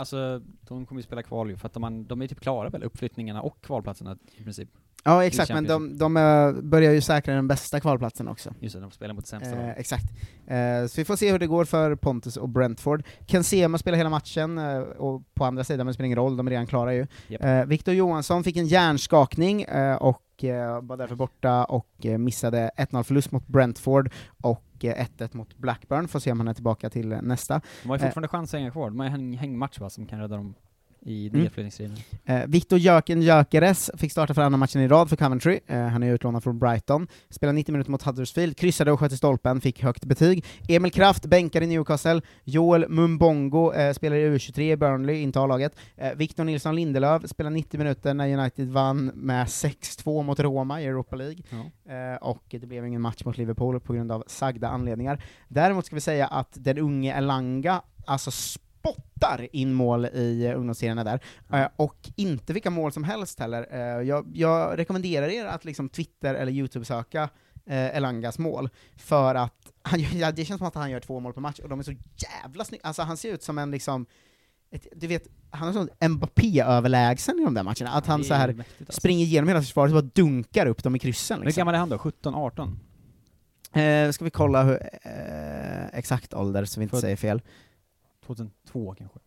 H: ju spela kval ju, för att de är typ klara väl, uppflyttningarna och kvalplatserna i princip.
E: Ja, exakt, men de börjar ju säkra den bästa kvalplatsen också.
H: Just det, de spelar mot sämsta.
E: Exakt. Så vi får se hur det går för Pontus och Brentford. Ken Sema spelar hela matchen, och på andra sidan, men det spelar ingen roll, de är redan klara ju. Yep. Victor Johansson fick en hjärnskakning och var därför borta och missade 1-0 förlust mot Brentford och 1-1 mot Blackburn. Får se om han är tillbaka till nästa.
H: De har ju fortfarande chans att hänga kvar. De har en hängmatch som kan rädda dem i nedflyttningsstriden.
E: Victor Gyökeres fick starta för andra matchen i rad för Coventry. Han är utlånad från Brighton. Spelade 90 minuter mot Huddersfield, kryssade och sköt i stolpen, fick högt betyg. Emil Kraft bänkar i Newcastle. Joel Mumbongo spelar i U23 i Burnley, inte A-laget. Victor Nilsson Lindelöf spelar 90 minuter när United vann med 6-2 mot Roma i Europa League. Och det blev ingen match mot Liverpool på grund av sagda anledningar. Däremot ska vi säga att den unge Elanga spottar in mål i ungdomsserierna där, och inte vilka mål som helst heller. Jag rekommenderar er att liksom Twitter eller YouTube söka Elangas mål, för att det känns som att han gör 2 mål på match, och de är så jävla snygga. Alltså han ser ut som en liksom du vet, han är sån Mbappé-överlägsen i de där matcherna, att han så här mäktigt, alltså. Springer igenom hela försvaret och bara dunkar upp dem i kryssen liksom.
H: Hur gammal är han då? 17-18?
E: Ska vi kolla hur exakt ålder så vi inte säger fel.
H: 2002 kanske.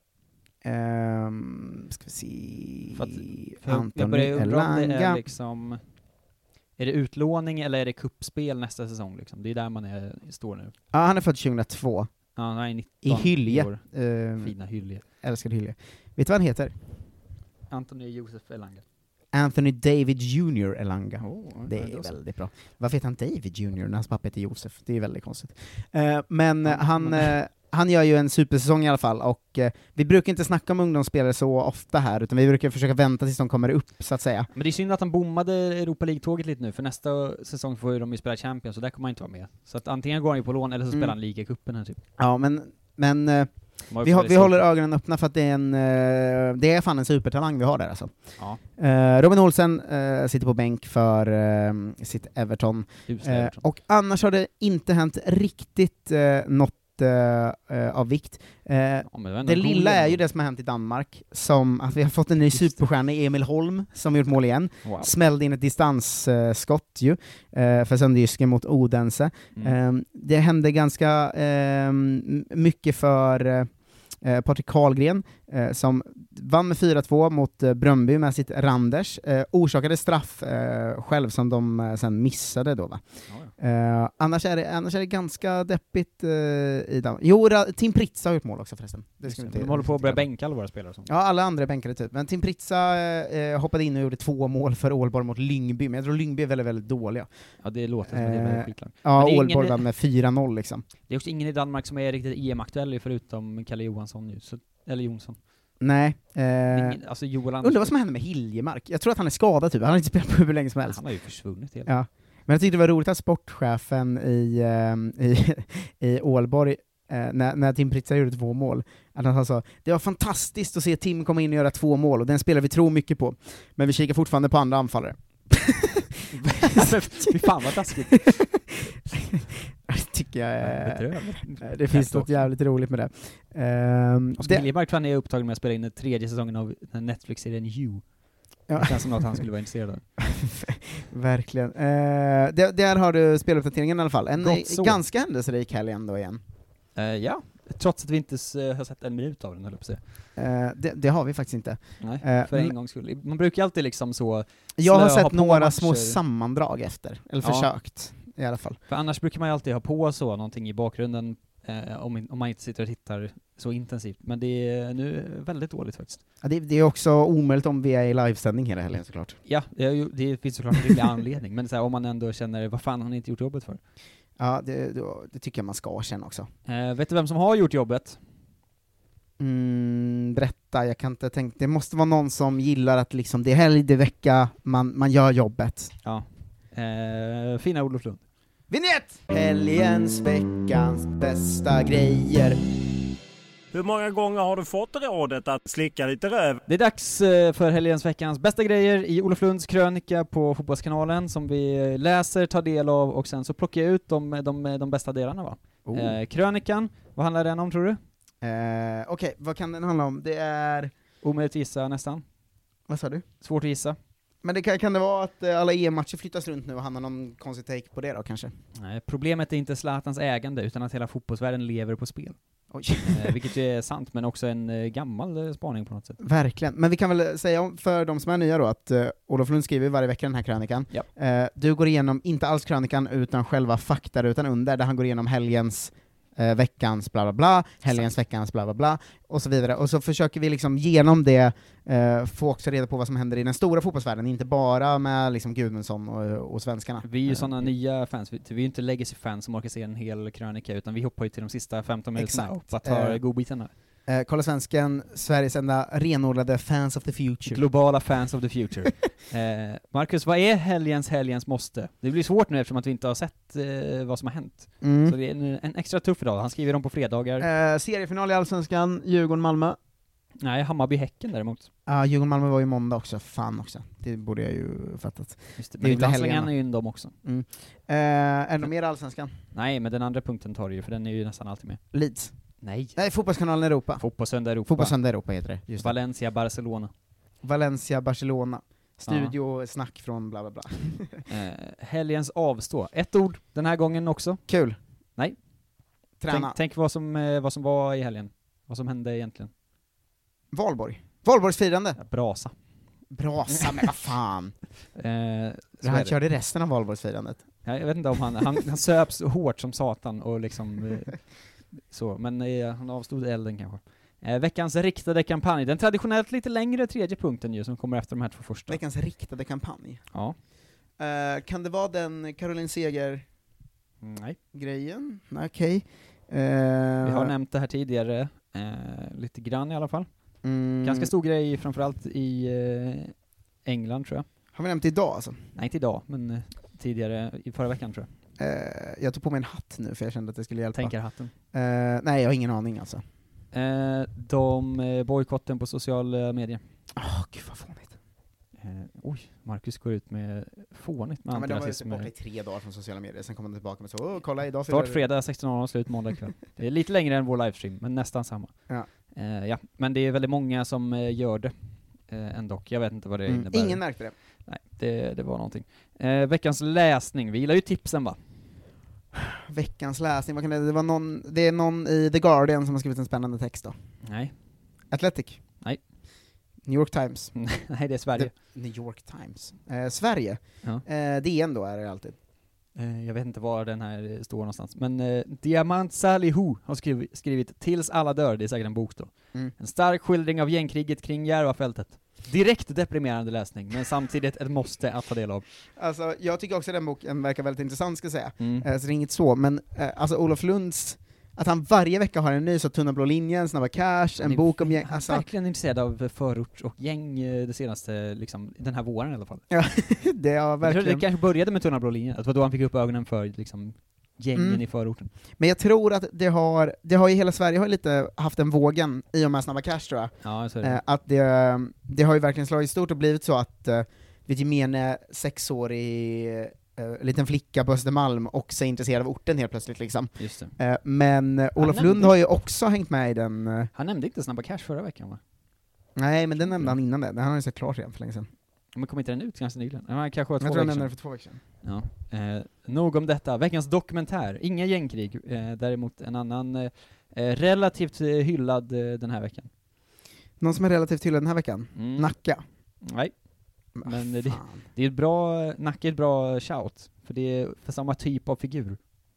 E: Ska vi se.
H: Jag börjar undra om det är liksom, är det utlåning eller är det kuppspel nästa säsong liksom? Det är där man står nu.
E: Ja, han är född 2002.
H: Ja, han är 19
E: i Hylje.
H: Fina Hylje.
E: Älskar Hylje. Vet du vad han heter?
H: Anthony Josef Elanga.
E: Anthony David Jr. Elanga. Det är väldigt bra. Varför heter han David Jr. när hans pappa heter Josef? Det är väldigt konstigt. Men han gör ju en supersäsong i alla fall, och vi brukar inte snacka om ungdomsspelare så ofta här, utan vi brukar försöka vänta tills de kommer upp, så att säga.
H: Men det är synd att han bommade Europa League-tåget lite nu, för nästa säsong får ju de ju spela Champions, så där kommer han inte vara med. Så att antingen går han ju på lån, eller så spelar han Liga-cupen här typ.
E: Ja, men vi håller ögonen öppna, för att det är fan en supertalang vi har där alltså.
H: Ja.
E: Robin Olsen sitter på bänk för sitt Everton. Och annars har det inte hänt riktigt något av vikt.
H: Men
E: Det lilla är ju det som har hänt i Danmark, som att vi har fått en ny superstjärna i Emil Holm, som gjort mål igen.
H: Wow.
E: Smällde in ett distansskott ju, för Sønderjyske mot Odense. Det hände ganska mycket för Patrik Karlgren, som vann med 4-2 mot Brøndby med sitt Randers, orsakade straff själv som de sen missade då, va? Annars är det ganska deppigt i Danmark. Jo, Tim Pritsa har gjort mål också förresten.
H: De håller på att börja bänka alla våra spelare.
E: Ja, alla andra är bänkade typ. Men Tim Pritsa hoppade in och gjorde 2 mål för Ålborg mot Lyngby, men jag tror Lyngby är väldigt, väldigt dåliga.
H: Ja, det låter som det är väldigt skitlag.
E: Ja, Ålborg vann med 4-0 liksom.
H: Det är också ingen i Danmark som är riktigt EM-aktuell förutom Kalle Johansson ju, eller Jonsson.
E: Nej.
H: Alltså Joel
E: undrar vad som händer med Hiljemark. Jag tror att han är skadad typ. Han har inte spelat på hur länge som helst.
H: Han har ju försvunnit helt.
E: Ja. Men jag tyckte det var roligt att sportchefen i Ålborg, när Tim Pritsa gjorde 2 mål, att han sa det var fantastiskt att se Tim komma in och göra 2 mål, och den spelar vi tror mycket på, men vi kikar fortfarande på andra anfallare.
H: Fy fan vad taskigt.
E: Tycker jag det finns något jävligt roligt med det.
H: Oskar Hiljemark är upptagen med att spela in den 3:e säsongen av den Netflix-serien You. Det känns som att han skulle vara intresserad av.
E: Verkligen. Där har du speluppdateringen i alla fall. En ganska händelserik helg ändå igen.
H: Ja, trots att vi inte har sett en minut av den, höll jag på att
E: säga. Det har vi faktiskt inte.
H: Nej, för en gångs skull. Man brukar alltid liksom så...
E: Jag har sett några små sammandrag efter, eller försökt i alla fall.
H: För annars brukar man ju alltid ha på så någonting i bakgrunden, om man inte sitter och tittar så intensivt. Men det är nu väldigt dåligt faktiskt.
E: Ja, det är också omöjligt om vi är i livesändning hela helgen såklart.
H: Ja, det finns såklart en rimlig anledning. Men så här, om man ändå känner, vad fan har ni inte gjort jobbet för?
E: Ja, det tycker jag man ska känna också.
H: Vet du vem som har gjort jobbet?
E: Berätta, jag kan inte tänka. Det måste vara någon som gillar att liksom, det är helg, det är vecka, man gör jobbet.
H: Ja. Fina Olof Lund.
E: Vignett! Helgens, veckans bästa grejer.
O: Hur många gånger har du fått rådet att slicka lite röv?
H: Det är dags för helgens, veckans bästa grejer i Olof Lunds krönika på Fotbollskanalen, som vi läser, tar del av, och sen så plockar jag ut de bästa delarna, va? Krönikan, vad handlar den om tror du?
E: Okej, vad kan den handla om? Det är...
H: Omöjligt gissa nästan.
E: Vad sa du?
H: Svårt att gissa.
E: Men det kan det vara att alla EM-matcher flyttas runt nu och han har någon konstig take på det då kanske?
H: Nej, problemet är inte Zlatans ägande, utan att hela fotbollsvärlden lever på spel.
E: Oj.
H: Vilket är sant, men också en gammal spaning på något sätt.
E: Verkligen. Men vi kan väl säga för de som är nya då att Olof Lund skriver varje vecka den här krönikan.
H: Ja.
E: Du går igenom, inte alls krönikan utan själva fakta utan under, där han går igenom helgens, veckans bla bla bla, helgens, veckans bla bla bla, och så vidare. Och så försöker vi liksom genom det få också reda på vad som händer i den stora fotbollsvärlden, inte bara med liksom Gudmundsson och svenskarna.
H: Vi är ju sådana nya fans, vi är ju inte legacy-fans som orkar se en hel krönika, utan vi hoppar ju till de sista 15 minuterna och bara tar godbitarna.
E: Kolla svensken, Sveriges enda renodlade fans of the future.
H: Globala fans of the future. Marcus, vad är helgens måste? Det blir svårt nu eftersom att vi inte har sett vad som har hänt. Så det är en extra tuff dag. Han skriver dem på fredagar.
E: Seriefinal i Allsvenskan, Djurgården-Malmö.
H: Nej, Hammarby-Häcken däremot.
E: Ja, Djurgården-Malmö var ju måndag också. Fan också. Det borde jag ju fattat.
H: Just det, men ibland slänger han ju in dem också.
E: Är det mer Allsvenskan?
H: Nej, men den andra punkten tar du ju, för den är ju nästan alltid med.
E: Leeds.
H: Nej,
E: Fotbollskanalen Europa.
H: Fotbollssöndag Europa.
E: Fotbollssöndag Europa heter det. Just
H: Valencia, Barcelona.
E: Valencia, Barcelona. Studio, snack från bla bla bla.
H: Helgens avstå. Ett ord den här gången också.
E: Kul.
H: Nej.
E: Träna.
H: Tänk vad som var i helgen. Vad som hände egentligen.
E: Valborgs firande.
H: Ja, brasa,
E: men vad fan. Han körde resten av Valborgsfirandet.
H: Jag vet inte om han söp så hårt som satan och liksom så, men han avstod elden kanske. Veckans riktade kampanj, den traditionellt lite längre tredje punkten ju, som kommer efter de här 2 första.
E: Veckans riktade kampanj?
H: Ja.
E: Kan det vara den Caroline Seger?
H: Nej.
E: Grejen? Nej, okej.
H: Vi har nämnt det här tidigare, lite grann i alla fall. Ganska stor grej, framförallt i England tror jag.
E: Har vi nämnt idag alltså?
H: Nej, inte idag, men tidigare i förra veckan tror jag.
E: Jag tog på mig en hatt nu för jag kände att det skulle hjälpa.
H: Tänkerhatten.
E: Nej, jag har ingen aning alltså.
H: De bojkotten på sociala medier.
E: Gud vad fånigt.
H: Marcus går ut med fånigt med
E: men de var
H: antirasism.
E: borta i 3 dagar från sociala medier, sen kommer de tillbaka med så, kolla idag.
H: Start fredag 16:00 och slut måndag kväll. Det är lite längre än vår livestream, men nästan samma.
E: Ja.
H: Ja, men det är väldigt många som gör det ändå. Jag vet inte vad det innebär.
E: Ingen märkte det.
H: Nej, det var någonting. Veckans läsning, vi gillar ju tipsen va?
E: Veckans läsning, vad kan det är någon i The Guardian som har skrivit en spännande text då.
H: Nej.
E: Athletic?
H: Nej.
E: New York Times?
H: Nej, det är Sverige.
E: New York Times. Sverige?
H: Ja.
E: DN då är det alltid.
H: Jag vet inte var den här står någonstans. Men Diamant Salihu har skrivit Tills alla dör, det är säkert en bok då. En stark skildring av gängkriget kring Järvafältet. Direkt deprimerande läsning, men samtidigt ett måste att ta del av.
E: Alltså, jag tycker också den boken verkar väldigt intressant, ska jag säga. Så det är inget så, men alltså Olof Lunds, att han varje vecka har en ny, så Tunna blå linjen, Snabba cash, en bok om gäng.
H: Alltså, han är verkligen intresserad av förort och gäng det senaste, liksom, den här våren i alla fall.
E: Ja, det har verkligen.
H: Jag tror det kanske började med Tunna blå linjen, att det var då han fick upp ögonen för liksom gängen i förorten.
E: Men jag tror att det har i hela Sverige har lite haft den vågen i och med Snabba cash, tror jag.
H: Ja, så är det.
E: Att det har ju verkligen slagit stort och blivit så att vid gemene 6-årig liten flicka på Östermalm också är intresserad av orten helt plötsligt liksom.
H: Just det.
E: Men Olof Lund har ju också hängt med i den.
H: Han nämnde inte Snabba cash förra veckan va?
E: Nej, men den nämnde han innan det. Den har han ju sett klart redan för länge sedan.
H: Men kom inte den ut ganska nyligen? Ja, kanske var 2
E: veckor. Jag tror han nämnde det för 2 veckor
H: sedan. Ja. Nog om detta. Veckans dokumentär. Inga gängkrig. Däremot en annan relativt hyllad den här veckan.
E: Någon som är relativt hyllad den här veckan? Nacka?
H: Nej. Men det är ett bra, Nacka är ett bra shout. För det är för samma typ av figur.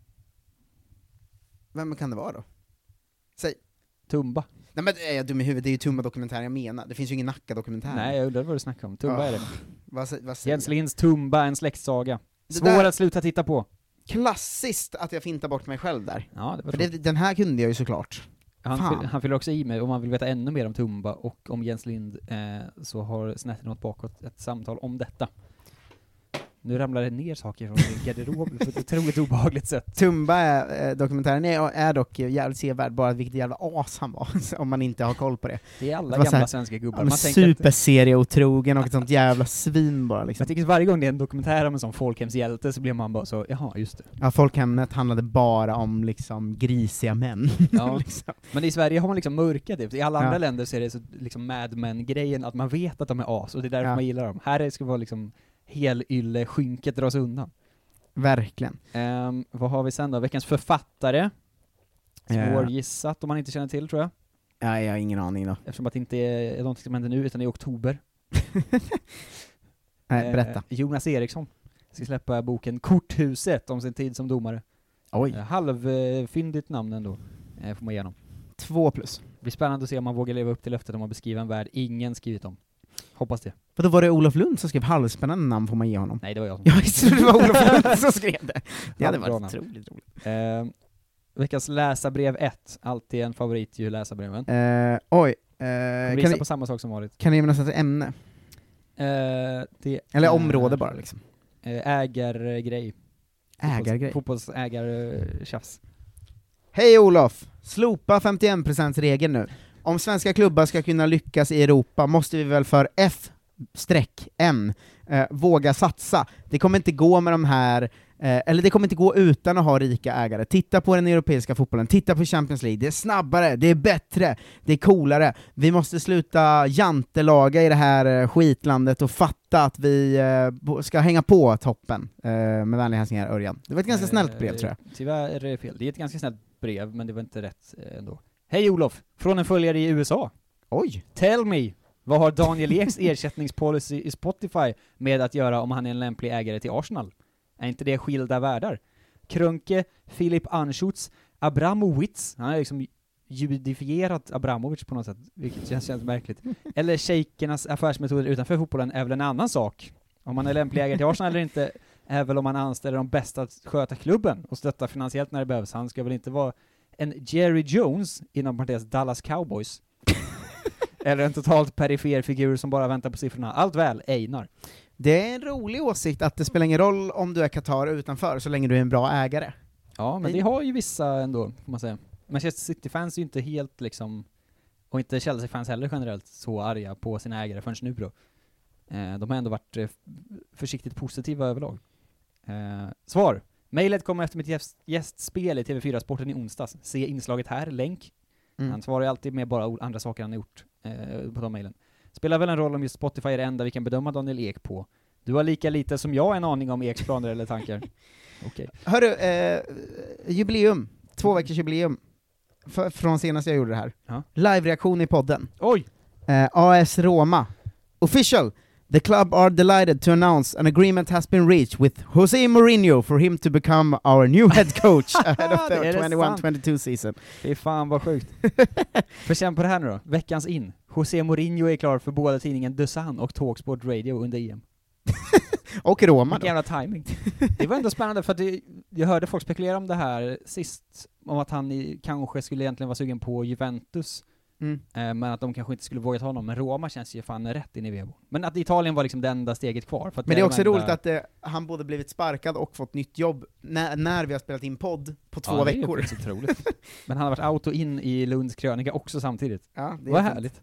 E: Vem kan det vara då? Säg.
H: Tumba.
E: Nej men är jag dum i huvudet, det är ju Tumba-dokumentär jag menar. Det finns ju ingen Nacka-dokumentär.
H: Nej, jag undrar vad du snackar om. Tumba är det.
E: Vad säger
H: Jens Linds Tumba, en släktsaga. Svår att sluta titta på.
E: Klassiskt att jag fintar bort mig själv där.
H: Ja, det var
E: för den här kunde jag ju såklart.
H: Han fyller också i mig, om man vill veta ännu mer om Tumba och om Jens Lind, så har Snätten något bakåt ett samtal om detta. Nu ramlar det ner saker från min garderob på ett otroligt obehagligt sätt.
E: Tumba dokumentären är dock jävligt sevärd, bara vilket jävla as han var, om man inte har koll på det.
H: Det är alla gamla svenska gubbar.
E: Man superserieotrogen och ett sånt jävla svin bara liksom.
H: Jag tycker att varje gång det är en dokumentär om en sån folkhemshjälte så blir man bara så, jaha, just det.
E: Ja, folkhemmet handlade bara om liksom grisiga män.
H: Ja,
E: liksom.
H: Men i Sverige har man liksom mörkat det. I alla andra länder så är det så liksom Mad Men-grejen att man vet att de är as och det är därför man gillar dem. Här ska det vara liksom helylle skynket dras undan.
E: Verkligen.
H: Vad har vi sen då? Veckans författare. Svårgissat om man inte känner till, tror jag.
E: Ja, jag har ingen aning då.
H: Eftersom att det inte är någonting som händer nu, utan i oktober.
E: Nej, berätta.
H: Jonas Eriksson ska släppa boken Korthuset om sin tid som domare.
E: Oj.
H: Halvfyndigt namn ändå, får man igenom.
E: 2+.
H: Det blir spännande att se om man vågar leva upp till löftet om att beskriva en värld ingen skrivit om. Hoppas det.
E: För då var det Olof Lund som skrev halvspännande namn, får man ge honom.
H: Nej, det var jag som
E: jag tror det var Olof Lund som skrev det. Det hade varit otroligt roligt.
H: Veckans läsarbrev 1. Alltid en favorit ju läsarbreven.
E: Kan
H: ni på samma sak som vanligt?
E: Kan ni ge mig något ämne? Eller område bara liksom.
H: Ägargrej. Fotbollsägartjafs.
E: Hej Olof! Slopa 51%-regeln nu. Om svenska klubbar ska kunna lyckas i Europa måste vi väl för F-N våga satsa. Det kommer inte gå med de här, eller det kommer inte gå utan att ha rika ägare. Titta på den europeiska fotbollen, titta på Champions League. Det är snabbare, det är bättre, det är coolare. Vi måste sluta jantelaga i det här skitlandet och fatta att vi ska hänga på toppen. Med vänliga hälsningar, Örjan. Det var ett ganska snällt brev, tror jag.
H: Tyvärr är det fel. Det är ett ganska snällt brev, men det var inte rätt ändå. Hej Olof, från en följare i USA.
E: Oj.
H: Tell me, vad har Daniel Eks ersättningspolicy i Spotify med att göra om han är en lämplig ägare till Arsenal? Är inte det skilda världar? Krönke, Filip Anschutz, Abramowitz, han har liksom judifierat Abramovic på något sätt, vilket känns märkligt. Eller shejkernas affärsmetoder utanför fotbollen är väl en annan sak. Om man är lämplig ägare till Arsenal eller inte är väl om man anställer de bästa att sköta klubben och stötta finansiellt när det behövs. Han ska väl inte vara en Jerry Jones inom parentes Dallas Cowboys. Eller en totalt perifer figur som bara väntar på siffrorna. Allt väl, Einar.
E: Det är en rolig åsikt att det spelar ingen roll om du är Qatar utanför så länge du är en bra ägare.
H: Ja, men det har ju vissa ändå, får man säga. Manchester City-fans är ju inte helt liksom, och inte Chelsea-fans heller generellt, så arga på sina ägare förrän nu då. De har ändå varit försiktigt positiva överlag. Svar. Mejlet kommer efter mitt gästspel i TV4 Sporten i onsdags. Se inslaget här, länk. Han svarar ju alltid med bara andra saker han har gjort på de mejlen. Spelar väl en roll om just Spotify är det enda vi kan bedöma Daniel Ek på. Du har lika lite som jag en aning om Eks planer eller tankar. Okej.
E: Hörru, jubileum. 2 veckors jubileum. Från senast jag gjorde det här.
H: Ja.
E: Live-reaktion i podden.
H: Oj!
E: AS Roma. Official. The club are delighted to announce an agreement has been reached with José Mourinho for him to become our new head coach ahead of the 21-22 season.
H: Det är fan vad sjukt. För känn på det här nu då. Veckans in. José Mourinho är klar för båda tidningen The Sun och Talksport Radio under EM.
E: Och Roma då.
H: Jävla timing. Det var ändå spännande för att jag hörde folk spekulera om det här sist, om att han kanske skulle egentligen vara sugen på Juventus. Men att de kanske inte skulle våga ta honom. Men Roma känns ju fan rätt in i Vevo. Men att Italien var liksom det enda steget kvar. För att
E: men det är också roligt att han både blivit sparkad och fått nytt jobb när vi har spelat in podd på 2 veckor.
H: Det är så otroligt. Men han har varit out och in i Lunds krönika också samtidigt.
E: Ja, det
H: var
E: är
H: härligt.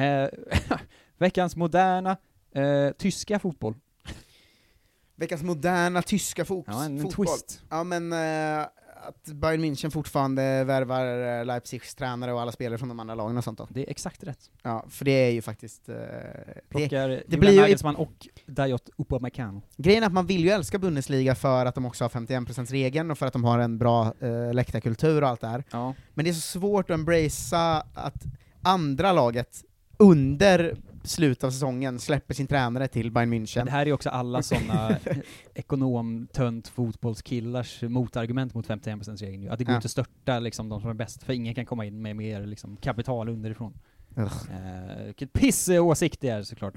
H: Veckans moderna tyska fotboll.
E: Veckans moderna tyska fotboll.
H: Ja, en twist.
E: Ja, men att Bayern München fortfarande värvar Leipzigs tränare och alla spelare från de andra lagen och sånt då.
H: Det är exakt rätt.
E: Ja, för det är ju faktiskt
H: det blir ju Nagelsmann och Dayot Upamecano.
E: Grejen är att man vill ju älska Bundesliga för att de också har 51%-regeln och för att de har en bra läktarkultur och allt det här.
H: Ja.
E: Men det är så svårt att embracea att andra laget under slutet av säsongen släpper sin tränare till Bayern München.
H: Men det här är också alla sådana ekonomtönt fotbollskillars motargument mot 51%-regeln. Att det går inte att störta liksom, de som är bäst, för ingen kan komma in med mer liksom, kapital underifrån. Vilket piss-åsikt det är såklart.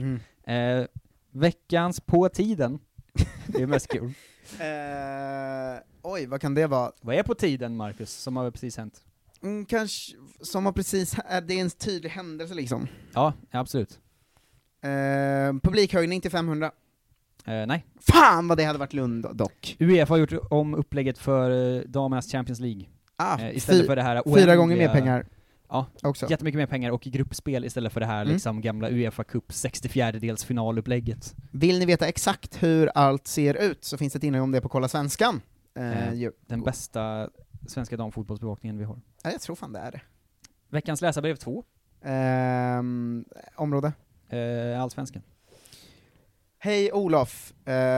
H: Veckans på tiden. Det är mest kul.
E: Oj, vad kan det vara?
H: Vad är på tiden, Marcus, som har precis hänt?
E: Kanske, som har precis, det är en tydlig händelse liksom.
H: Ja, absolut.
E: Publikhöjning till 500.
H: Nej.
E: Fan vad det hade varit Lund dock.
H: UEFA har gjort om upplägget för damernas Champions League. Istället för det här
E: 4 gånger mer pengar.
H: Ja,
E: också.
H: Jättemycket mer pengar och gruppspel istället för det här liksom gamla UEFA Cup 64-dels finalupplägget.
E: Vill ni veta exakt hur allt ser ut så finns det ett inlägg om det på Kolla Svenskan.
H: Den bästa svenska damfotbollsbevakningen vi har.
E: Ja, jag tror fan det är det.
H: Veckans läsarbrev 2.
E: Område?
H: Allsvenskan.
E: Hej Olof.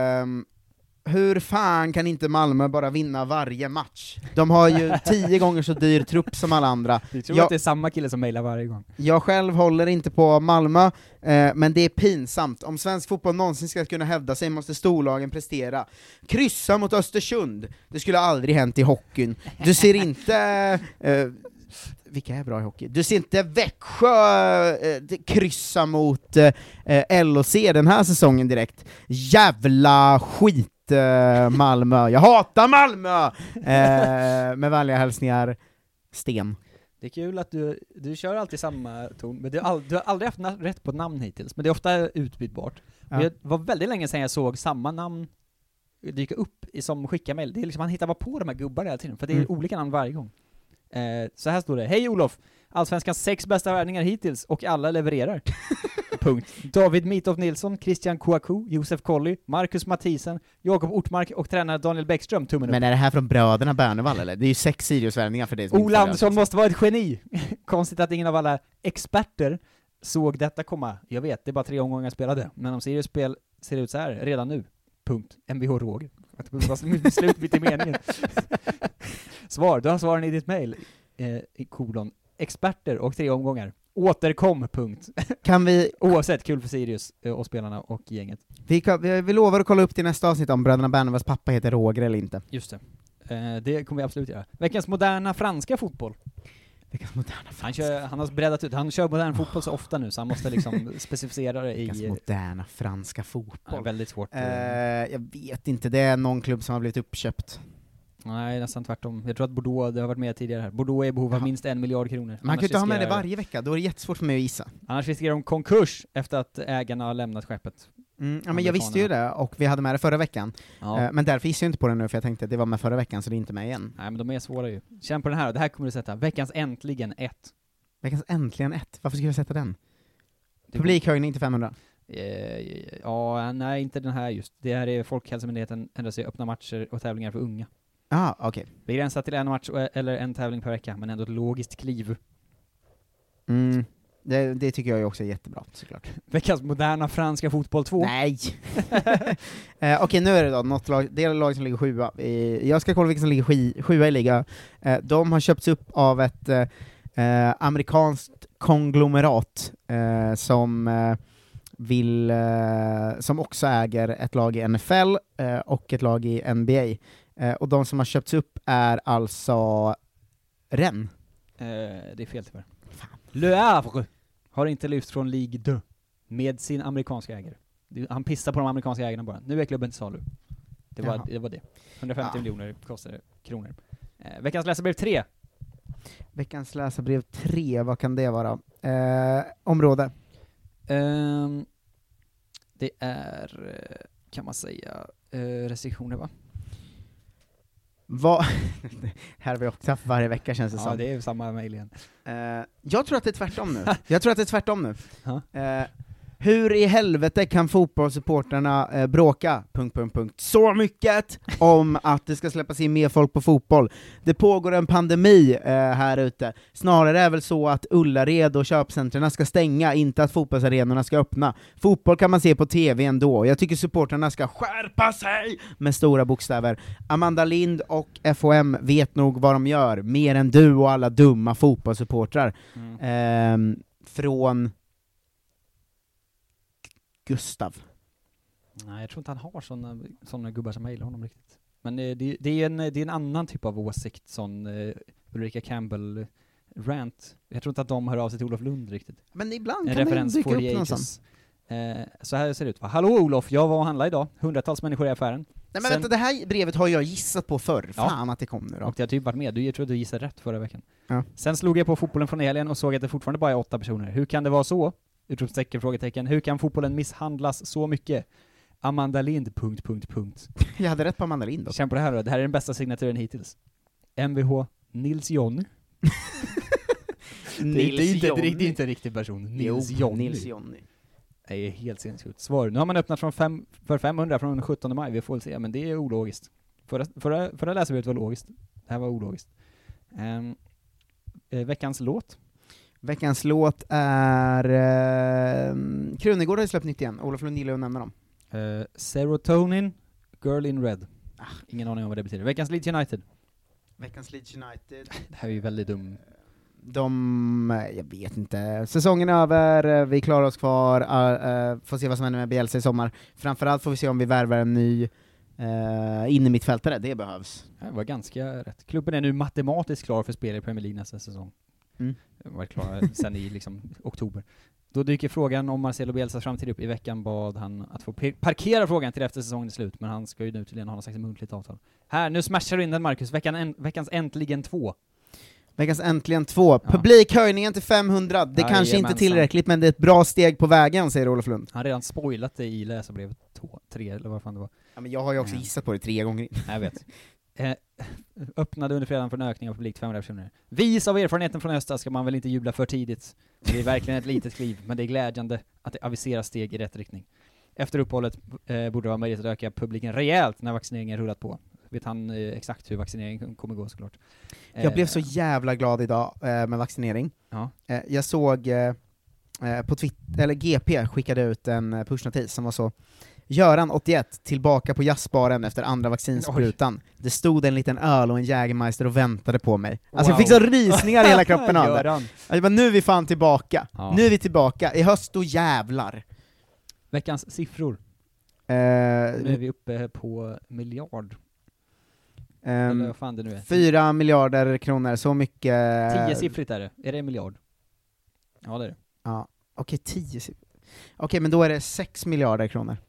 E: Hur fan kan inte Malmö bara vinna varje match? De har ju 10 gånger så dyr trupp som alla andra.
H: Jag tror att det är samma kille som mejlar varje gång.
E: Jag själv håller inte på Malmö, men det är pinsamt. Om svensk fotboll någonsin ska kunna hävda sig måste storlagen prestera. Kryssa mot Östersund. Det skulle aldrig hänt i hockeyn. Du ser inte... vilka är bra i hockey? Du ser inte Växjö kryssa mot LOC den här säsongen direkt. Jävla skit Malmö. Jag hatar Malmö! Med vänliga hälsningar, Sten.
H: Det är kul att du kör alltid samma ton, men du har aldrig haft rätt på namn hittills, men det är ofta utbytbart. Ja. Det var väldigt länge sedan jag såg samma namn dyka upp som skickar-mail. Det är liksom, man hittar bara på de här gubbarna hela tiden, för det är olika namn varje gång. Så här står det: hej Olof, Allsvenskans 6 bästa värvningar hittills och alla levererar. Punkt. David Mitov Nilsson, Christian Kouakou, Josef Colley, Marcus Mathisen, Jakob Ortmark och tränare Daniel Bäckström. Tummen upp.
E: Men är det här från bröderna Bernevall eller? Det är ju 6 Sirius-värvningar för det.
H: Ola Andersson måste vara ett geni. Konstigt att ingen av alla experter såg detta komma. Jag vet, det är bara 3 omgångar spelade. Men om Sirius spel ser ut så här redan nu. Punkt. MVH Roger. Slut mitt i meningen. Svar, du har svaren i ditt mejl. Experter och 3 omgångar. Återkom, punkt.
E: Kan vi...
H: Oavsett, kul för Sirius och spelarna och gänget.
E: Vi lovar att kolla upp till nästa avsnitt om bröderna Bernevalls pappa heter Roger eller inte.
H: Just det. Det kommer vi absolut göra. Veckans moderna franska fotboll.
E: Veckans moderna franska.
H: Han har breddat ut. Han kör modern fotboll så ofta nu så han måste liksom specificera det i...
E: Veckans moderna franska fotboll.
H: Ja, väldigt svårt.
E: Jag vet inte, det är någon klubb som har blivit uppköpt.
H: Nej, nästan tvärtom. Jag tror att Bordeaux, det har varit med tidigare här. Bordeaux är i behov av minst 1 miljard kronor.
E: Man kan inte ha med det varje vecka, då är det jättesvårt för mig att gissa.
H: Annars riskerar de konkurs efter att ägarna har lämnat skeppet.
E: Ja, men jag visste ju det, och vi hade med det förra veckan.
H: Ja.
E: Men därför gissade jag inte på det nu, för jag tänkte att det var med förra veckan, så det är inte med igen.
H: Nej, men de är svåra ju. Känn på den här, det här kommer du sätta. Veckans äntligen 1.
E: Veckans äntligen 1? Varför skulle jag sätta den? Publikhöjning till 500.
H: Ja, nej, inte den här just. Det här är Folkhälsomyndigheten ändrar sig öppna matcher och tävlingar för unga.
E: Okej.
H: Begränsat till en match eller en tävling per vecka, men ändå ett logiskt kliv.
E: Det tycker jag ju också är jättebra, såklart.
H: Veckans moderna franska fotboll 2.
E: Nej! Okej, nu är det då något lag, det är lag som ligger 7. Jag ska kolla vilka som ligger 7 i liga. De har köpts upp av ett amerikanskt konglomerat som som också äger ett lag i NFL och ett lag i NBA. Och de som har köpts upp är alltså Rennes.
H: Det är fel tyvärr. Le Havre har inte lyft från Ligue 2 med sin amerikanska ägare. Han pissar på de amerikanska ägarna bara. Nu är klubben till salu. Det var det. 150 miljoner kostade kronor. Veckans läsarbrev 3.
E: Veckans läsarbrev 3, vad kan det vara? Område.
H: Det är, kan man säga, restriktioner, va?
E: Här har vi också haft varje vecka, känns det som.
H: Ja, det är ju samma mejl igen.
E: Jag tror att det är tvärtom nu. Hur i helvete kan fotbollssupporterna bråka så mycket om att det ska släppas in mer folk på fotboll? Det pågår en pandemi här ute. Snarare är väl så att Ullared och köpcentrarna ska stänga, inte att fotbollsarenorna ska öppna. Fotboll kan man se på TV ändå. Jag tycker supporterna ska skärpa sig med stora bokstäver. Amanda Lind och FOM vet nog vad de gör, mer än du och alla dumma fotbollssupportrar. Från Gustav.
H: Nej, jag tror inte han har såna gubbar som mejlar honom riktigt. Men det är en annan typ av åsikt, sån Ulrika Campbell rant. Jag tror inte att de hör av sig till Olof Lund riktigt.
E: Men ibland kan det dyka upp någonstans.
H: Så här ser det ut, va? Hallå Olof, jag var och handlade idag. Hundratals människor i affären.
E: Nej, men vänta, det här brevet har jag gissat på förr. Fan att det kom nu då.
H: Och det har typ varit med. Jag tror att du gissade rätt förra veckan.
E: Ja.
H: Sen slog jag på fotbollen från helgen och såg att det fortfarande bara är 8 personer. Hur kan det vara så? Utropstecken, frågetecken. Hur kan fotbollen misshandlas så mycket? Amanda Lind, ...
E: Jag hade rätt på Amanda Lind då.
H: Känn på det här då. Det här är den bästa signaturen hittills. MVH Nils Jonny. det är inte en riktig person. Nils Jonny. Det är helt sinnessjukt. Svar. Nu har man öppnat för 500 från den 17 maj. Vi får väl se, men det är ologiskt. Förra läsarbrevet var logiskt. Det här var ologiskt. Veckans låt.
E: Veckans låt är Krunegård har släppt nytt igen. Olof Lund gillar att nämna dem.
H: Serotonin, Girl in Red. Ingen aning om vad det betyder. Veckans Leeds United.
E: Veckans Leeds United.
H: Det här är ju väldigt dum.
E: Jag vet inte. Säsongen är över, vi klarar oss kvar, får se vad som händer med Bielsa i sommar. Framförallt får vi se om vi värvar en ny innermittfältare, det behövs.
H: Det var ganska rätt. Klubben är nu matematiskt klar för spel i Premier League nästa säsong. Var klar sen i liksom oktober. Då dyker frågan om Marcelo Bielsas framtid upp. I veckan bad han att få parkera frågan till efter säsongen är slut, men han ska ju nu tydligen ha något slags muntligt avtal. Här, nu smashar du in den, Marcus. Veckans äntligen 2.
E: Veckans äntligen 2. Ja. Publikhöjningen till 500. Det kanske inte är tillräckligt, men det är ett bra steg på vägen, säger Olof Lund.
H: Han har redan spoilat det i läsarbrevet 3, eller vad fan det var.
E: Ja, men jag har ju också gissat på det 3 gånger.
H: Jag vet. Öppnade under fredagen för en ökning av publik 500 personer. Vis av erfarenheten från höstas ska man väl inte jubla för tidigt. Det är verkligen ett litet kliv, men det är glädjande att det aviseras steg i rätt riktning. Efter uppehållet borde det vara möjligt att öka publiken rejält när vaccineringen rullat på. Vet han exakt hur vaccineringen kommer gå, såklart.
E: Jag blev så jävla glad idag med vaccinering.
H: Ja.
E: Jag såg på Twitter, eller GP skickade ut en pushnotis som var så: Göran 81 tillbaka på jazzbaren efter andra vaccinsprutan. Oj. Det stod en liten öl och en Jägermeister och väntade på mig. Alltså jag fick så rysningar i hela kroppen av det. Jag bara, nu är vi fan tillbaka. Ja. Nu är vi tillbaka. I höst då jävlar.
H: Veckans siffror. Nu är vi uppe på miljard. Eller vad fan det nu är.
E: 4 miljarder kronor, så mycket.
H: 10-siffrigt är det. Är det en miljard? Ja, det är det.
E: Ja, okej, 10-siffrigt. Okej, men då är det 6 miljarder kronor.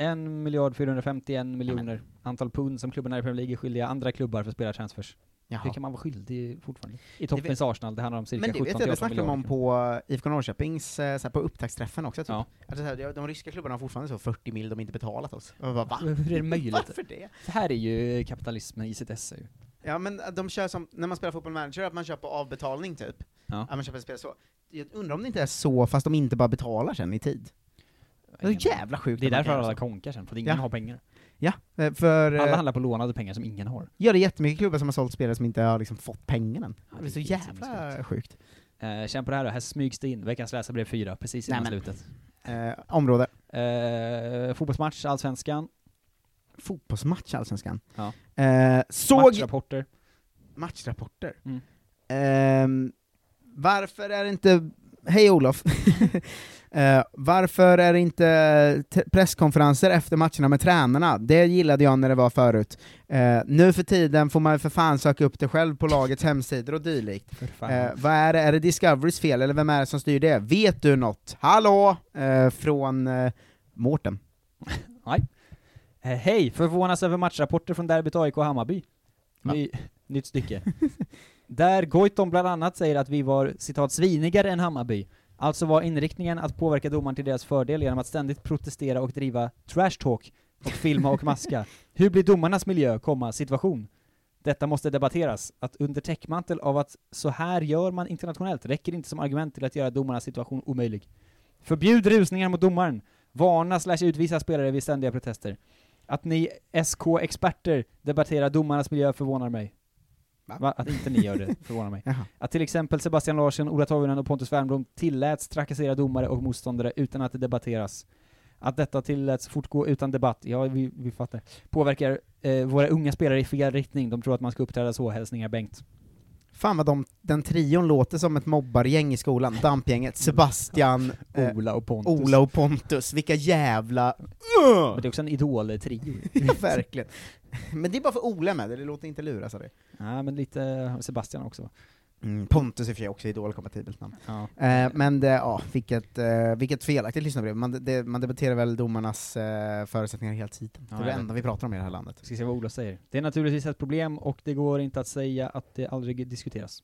H: 1,451 miljoner antal pund som klubbarna i Premier League är skyldiga andra klubbar för spelartransfers.
E: Jaha.
H: Hur kan man vara skyldig fortfarande? I toppens Arsenal, det handlar om cirka 17
E: miljarder. Men det snackade man om på IFK Norrköpings så på upptaktsträffen också typ.
H: Ja.
E: Alltså, de ryska klubbarna har fortfarande så 40 mil de inte betalat oss. Bara, va?
H: Hur är det möjligt?
E: Varför det?
H: Det här är ju kapitalismen i sitt esse ju.
E: Ja, men de kör som när man spelar Football Manager, att man kör på avbetalning typ.
H: Ja.
E: Att man köper ett spel så. Jag undrar om det inte är så, fast de inte bara betalar sen i tid. Det är jävla sjukt.
H: Det är därför alla konkar sen, för ingen har pengar.
E: Ja, för...
H: Alla handlar på lånade pengar som ingen har.
E: Ja, det är jättemycket klubbar som har sålt spelare som inte har liksom fått pengarna. Ja, det är så jävla sjukt.
H: Känn på det här då, här smygs det in. Veckans läsarbrev 4, precis innan slutet.
E: Område.
H: Fotbollsmatch, Allsvenskan.
E: Fotbollsmatch, Allsvenskan?
H: Ja.
E: Matchrapporter. Matchrapporter? Varför är det inte... Hej Olof! Varför är det inte presskonferenser efter matcherna med tränarna? Det gillade jag när det var förut. Nu för tiden får man för fan söka upp det själv på lagets hemsidor och dylikt. Vad är det? Är det Discoverys fel, eller vem är det som styr det? Vet du något? Hallå! Från Mårten.
H: Nej. Hej! Förvånas över matchrapporter från derbyt AIK och Hammarby. Nytt stycke. Där Goitom bland annat säger att vi var, citat, svinigare än Hammarby. Alltså var inriktningen att påverka domaren till deras fördel genom att ständigt protestera och driva trash talk och filma och maska. Hur blir domarnas miljö, situation? Detta måste debatteras. Att under täckmantel av att så här gör man internationellt räcker inte som argument till att göra domarnas situation omöjlig. Förbjud rusningar mot domaren. Varna/utvisa spelare vid ständiga protester. Att ni SK-experter debatterar domarnas miljö förvånar mig. Va? Att inte ni gör det förvånar mig. Att till exempel Sebastian Larsson, Ola Toivonen och Pontus Wernbloom tilläts trakassera domare och motståndare utan att det debatteras. Att detta tilläts fortgå utan debatt, ja vi fattar, påverkar våra unga spelare i fel riktning. De tror att man ska uppträda så, hälsningar Bengt.
E: Fan vad den trion låter som ett mobbargäng i skolan. Dampgänget, Sebastian, Ola och Pontus. Vilka jävla...
H: Men det är också en idol-trio.
E: Ja, verkligen. Men det är bara för Ola med, det låter inte luras av det.
H: Ja, men lite Sebastian också.
E: Pontus är för sig också idolkompatibelt namn.
H: Ja.
E: Men vilket felaktigt lyssnarbrev. Man debatterar väl domarnas förutsättningar hela tiden. Det är det enda vi pratar om i det här landet.
H: Ska se vad Ola säger. Det är naturligtvis ett problem och det går inte att säga att det aldrig diskuteras.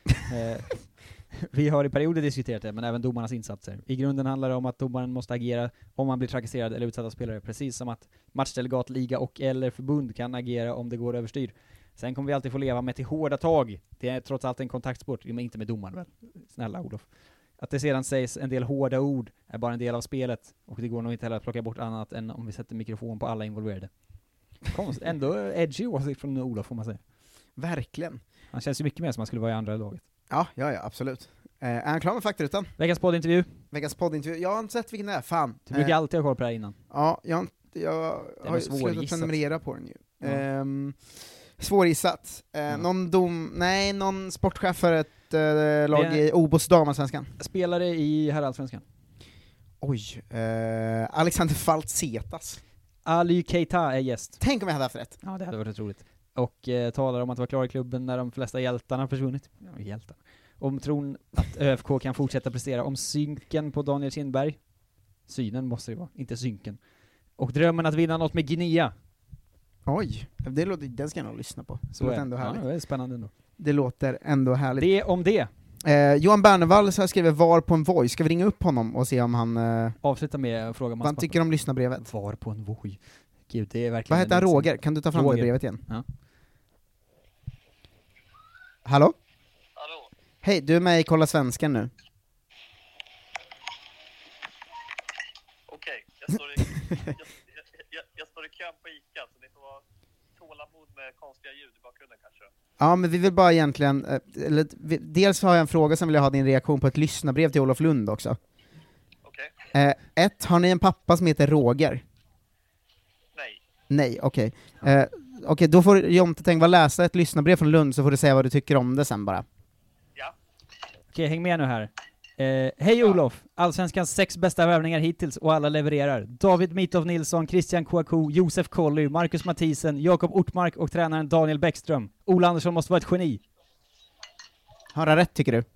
H: Vi har i perioder diskuterat det, men även domarnas insatser. I grunden handlar det om att domaren måste agera om man blir trakasserad eller utsatt av spelare, precis som att matchdelegat, liga och eller förbund kan agera om det går överstyr. Sen kommer vi alltid få leva med till hårda tag. Det är trots allt en kontaktsport, men inte med domaren väl? Snälla Olof. Att det sedan sägs en del hårda ord är bara en del av spelet, och det går nog inte heller att plocka bort annat än om vi sätter mikrofon på alla involverade. Ändå edgy åsikt från Olof, får man säga.
E: Verkligen.
H: Han känns ju mycket mer som man skulle vara i andra laget.
E: Ja, absolut. Är han klar med faktarutan?
H: Veckans poddintervju.
E: Jag har inte sett vilken det är, fan.
H: Du brukar alltid ha koll på det här innan.
E: Ja, jag har slutat prenumerera på den ju. Svårgissat. Någon sportchef för ett lag i Obos damallsvenskan.
H: Spelare i herrallsvenskan.
E: Oj. Alexander Faltsetas.
H: Ali Keita är gäst.
E: Tänk om jag hade haft rätt.
H: Ja, det hade varit roligt. Och talar om att vara klar i klubben när de flesta hjältarna har försvunnit. Ja, hjältar. Om tron att ÖFK kan fortsätta prestera. Om synken på Daniel Kindberg. Synen måste det vara, inte synken. Och drömmen att vinna något med Guinea.
E: Oj, den ska jag nog lyssna på.
H: Så låter ändå härligt. Ja, det är spännande ändå.
E: Det låter ändå härligt.
H: Det om det.
E: Johan Bernevall så skriver var på en Voi. Ska vi ringa upp honom och se om han...
H: avsluta med att fråga
E: vad han tycker om lyssnarbrevet.
H: Var på en Voi. Gud, det är verkligen...
E: Vad heter han? Roger? Kan du ta fram det brevet igen?
H: Ja.
E: Hallå? Hej, du är med i Kolla Svenskan nu.
P: Okej, jag står i kön på ICA, så ni får vara tålamod med konstiga ljud i bakgrunden kanske.
E: Ja, men vi vill bara egentligen... dels har jag en fråga, sen vill jag ha din reaktion på ett lyssnarbrev till Olof Lund också.
P: Okej.
E: Har ni en pappa som heter Roger?
P: Nej,
E: okej. Okej, då får Jonte Tengvall läsa ett lyssnarbrev från Lund, så får du säga vad du tycker om det sen bara.
P: Ja.
H: Okej, häng med nu här. Hej Olof, Allsvenskans 6 bästa värvningar hittills och alla levererar. David Mitov Nilsson, Christian Kouakou, Josef Colly, Marcus Mathisen, Jakob Ortmark och tränaren Daniel Bäckström. Ola Andersson måste vara ett geni.
E: Har han rätt, tycker du?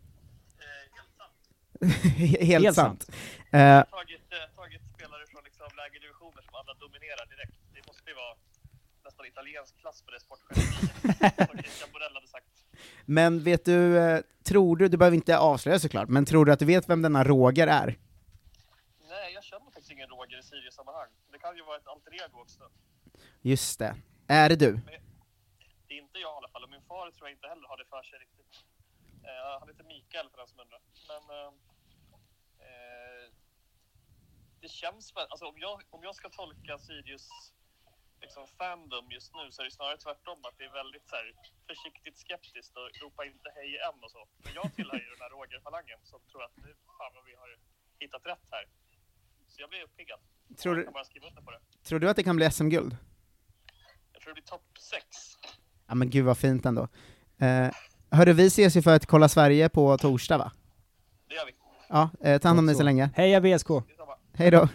E: Helt sant.
P: Tagit spelare från liksom lägre divisioner som alla dominerar direkt. Det måste ju vara nästan italiensk klass på det sportchefen. Christian Borell hade sagt.
E: Men vet du, tror du behöver inte avslöja såklart, men tror du att du vet vem denna Roger är?
P: Nej, jag känner faktiskt ingen Roger i Sirius-sammanhang. Det kan ju vara ett alter ego också.
E: Just det. Är det du?
P: Men det är inte jag i alla fall, och min far tror jag inte heller har det för sig riktigt. Han heter Mikael för den som undrar. Men det känns väl, alltså om jag ska tolka Sirius liksom fandom just nu, så är det snarare tvärtom, att det är väldigt så här försiktigt skeptiskt och ropa inte hej än och så. Men jag tillhör ju den här Roger-falangen som tror att nu fan vad vi har hittat rätt här. Så jag blir uppiggad. Jag kan bara skriva under på det.
E: Tror du att det kan bli SM-guld?
P: Jag tror det blir topp 6.
E: Ja men gud vad fint ändå. Hörru, vi ses ju för att kolla Sverige på torsdag, va?
P: Det gör vi.
E: Ja, ta hand om dig så länge.
H: Heja VSK.
E: Hej då.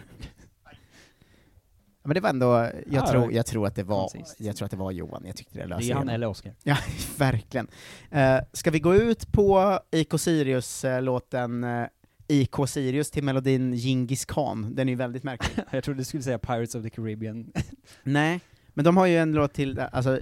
E: Men det var ändå, jag tror att det var Johan. Jag tyckte det löste
H: det är han eller Oscar.
E: Ja, verkligen. Ska vi gå ut på IK Sirius-låten IK Sirius till melodin Genghis Khan? Den är ju väldigt märklig.
H: Jag trodde du skulle säga Pirates of the Caribbean.
E: Nej, men de har ju en låt till, alltså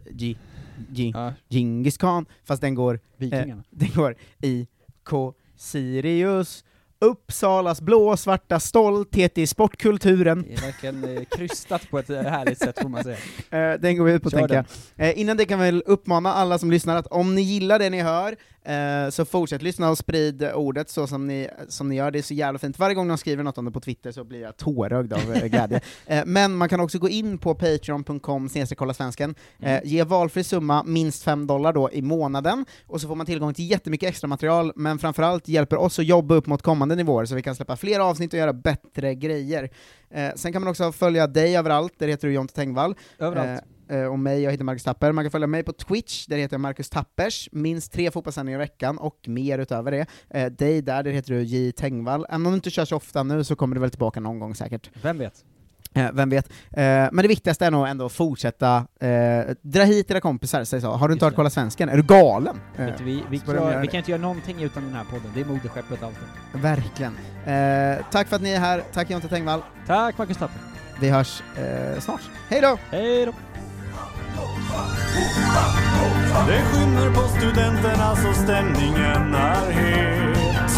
E: Genghis Khan, fast den går den går IK Sirius, Uppsalas blå svarta stolthet i sportkulturen.
H: Det är verkligen krystat på ett härligt sätt, får man säga.
E: Den går vi ut på, tänka. Innan det kan vi väl uppmana alla som lyssnar att om ni gillar det ni hör, så fortsätt lyssna och sprid ordet så som ni gör. Det är så jävla fint. Varje gång de skriver något om det på Twitter så blir jag tårögd av glädje. Men man kan också gå in på patreon.com/kollasvenskan, ge valfri summa, minst $5 då i månaden, och så får man tillgång till jättemycket extra material, men framförallt hjälper oss att jobba upp mot kommande nivåer så vi kan släppa fler avsnitt och göra bättre grejer. Sen kan man också följa dig överallt, där heter du Jonte Tengvall.
H: Överallt.
E: Och mig, jag heter Marcus Tapper. Man kan följa mig på Twitch, där heter jag Marcus Tappers, minst 3 fotbollssändningar i veckan och mer utöver det. Dig där heter du J. Tengvall. Även om du inte kör så ofta nu så kommer du väl tillbaka någon gång säkert.
H: Vem vet?
E: Vem vet. Men det viktigaste är nog ändå att fortsätta dra hit era kompisar, säg så. Har du inte hört Kolla Svensken? Är du galen?
H: Vi kan inte göra någonting utan den här podden. Det är moderskeppet alltid.
E: Verkligen. Tack för att ni är här. Tack Jonte Tengvall.
H: Tack Marcus Tapper.
E: Vi hörs snart. Hej då!
H: Hej då!
F: Det skymmer på studenterna så stämningen är het.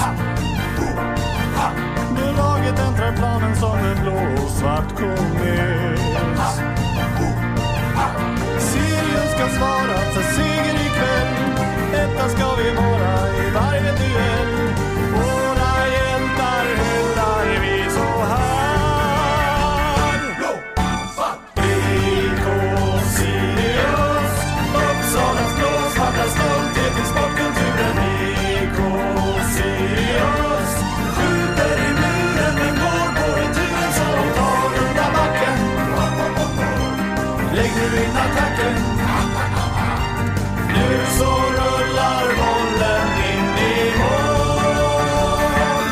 F: Nu laget äntrar planen som en blå och svart komet. Sirius ska svara för seger ikväll. Detta ska vi vara i varje duell. Våra hjältar hyllar vi så här. IK Sirius, Uppsalas blå svarta stolthet i sportkulturen. IK Sirius skjuter i muren men går på returen så de tar runda backen. Lägg nu in attacken. Nu så rullar bollen in i mål.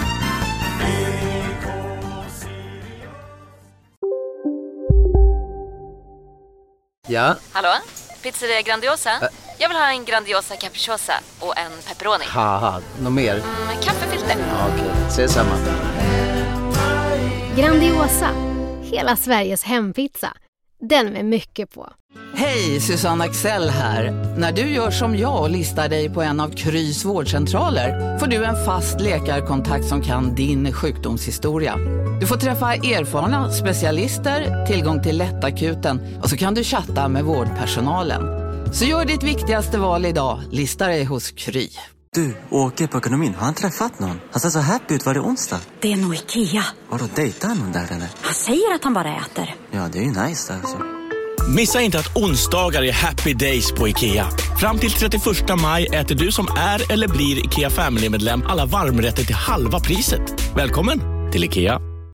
F: IK Sirius.
Q: Ja?
R: Hallå? Pizzeria Grandiosa? Jag vill ha en Grandiosa capriciosa och en pepperoni.
Q: Haha, något mer?
R: Kaffefilter.
Q: Ja, okej, ses samma.
S: Grandiosa, hela Sveriges hempizza. Den med mycket på.
T: Hej, Susanne Axel här. När du gör som jag och listar dig på en av Krys vårdcentraler får du en fast läkarkontakt som kan din sjukdomshistoria. Du får träffa erfarna specialister, tillgång till lättakuten och så kan du chatta med vårdpersonalen. Så gör ditt viktigaste val idag, lista dig hos Kry.
U: Du, åker på ekonomin. Har han träffat någon? Han ser så happy ut. Var det onsdag?
V: Det är nog Ikea.
U: Har du dejtat någon där eller?
V: Han säger att han bara äter.
U: Ja, det är ju nice alltså.
W: Missa inte att onsdagar är happy days på Ikea. Fram till 31 maj äter du som är eller blir Ikea Family-medlem alla varmrätter till halva priset. Välkommen till Ikea.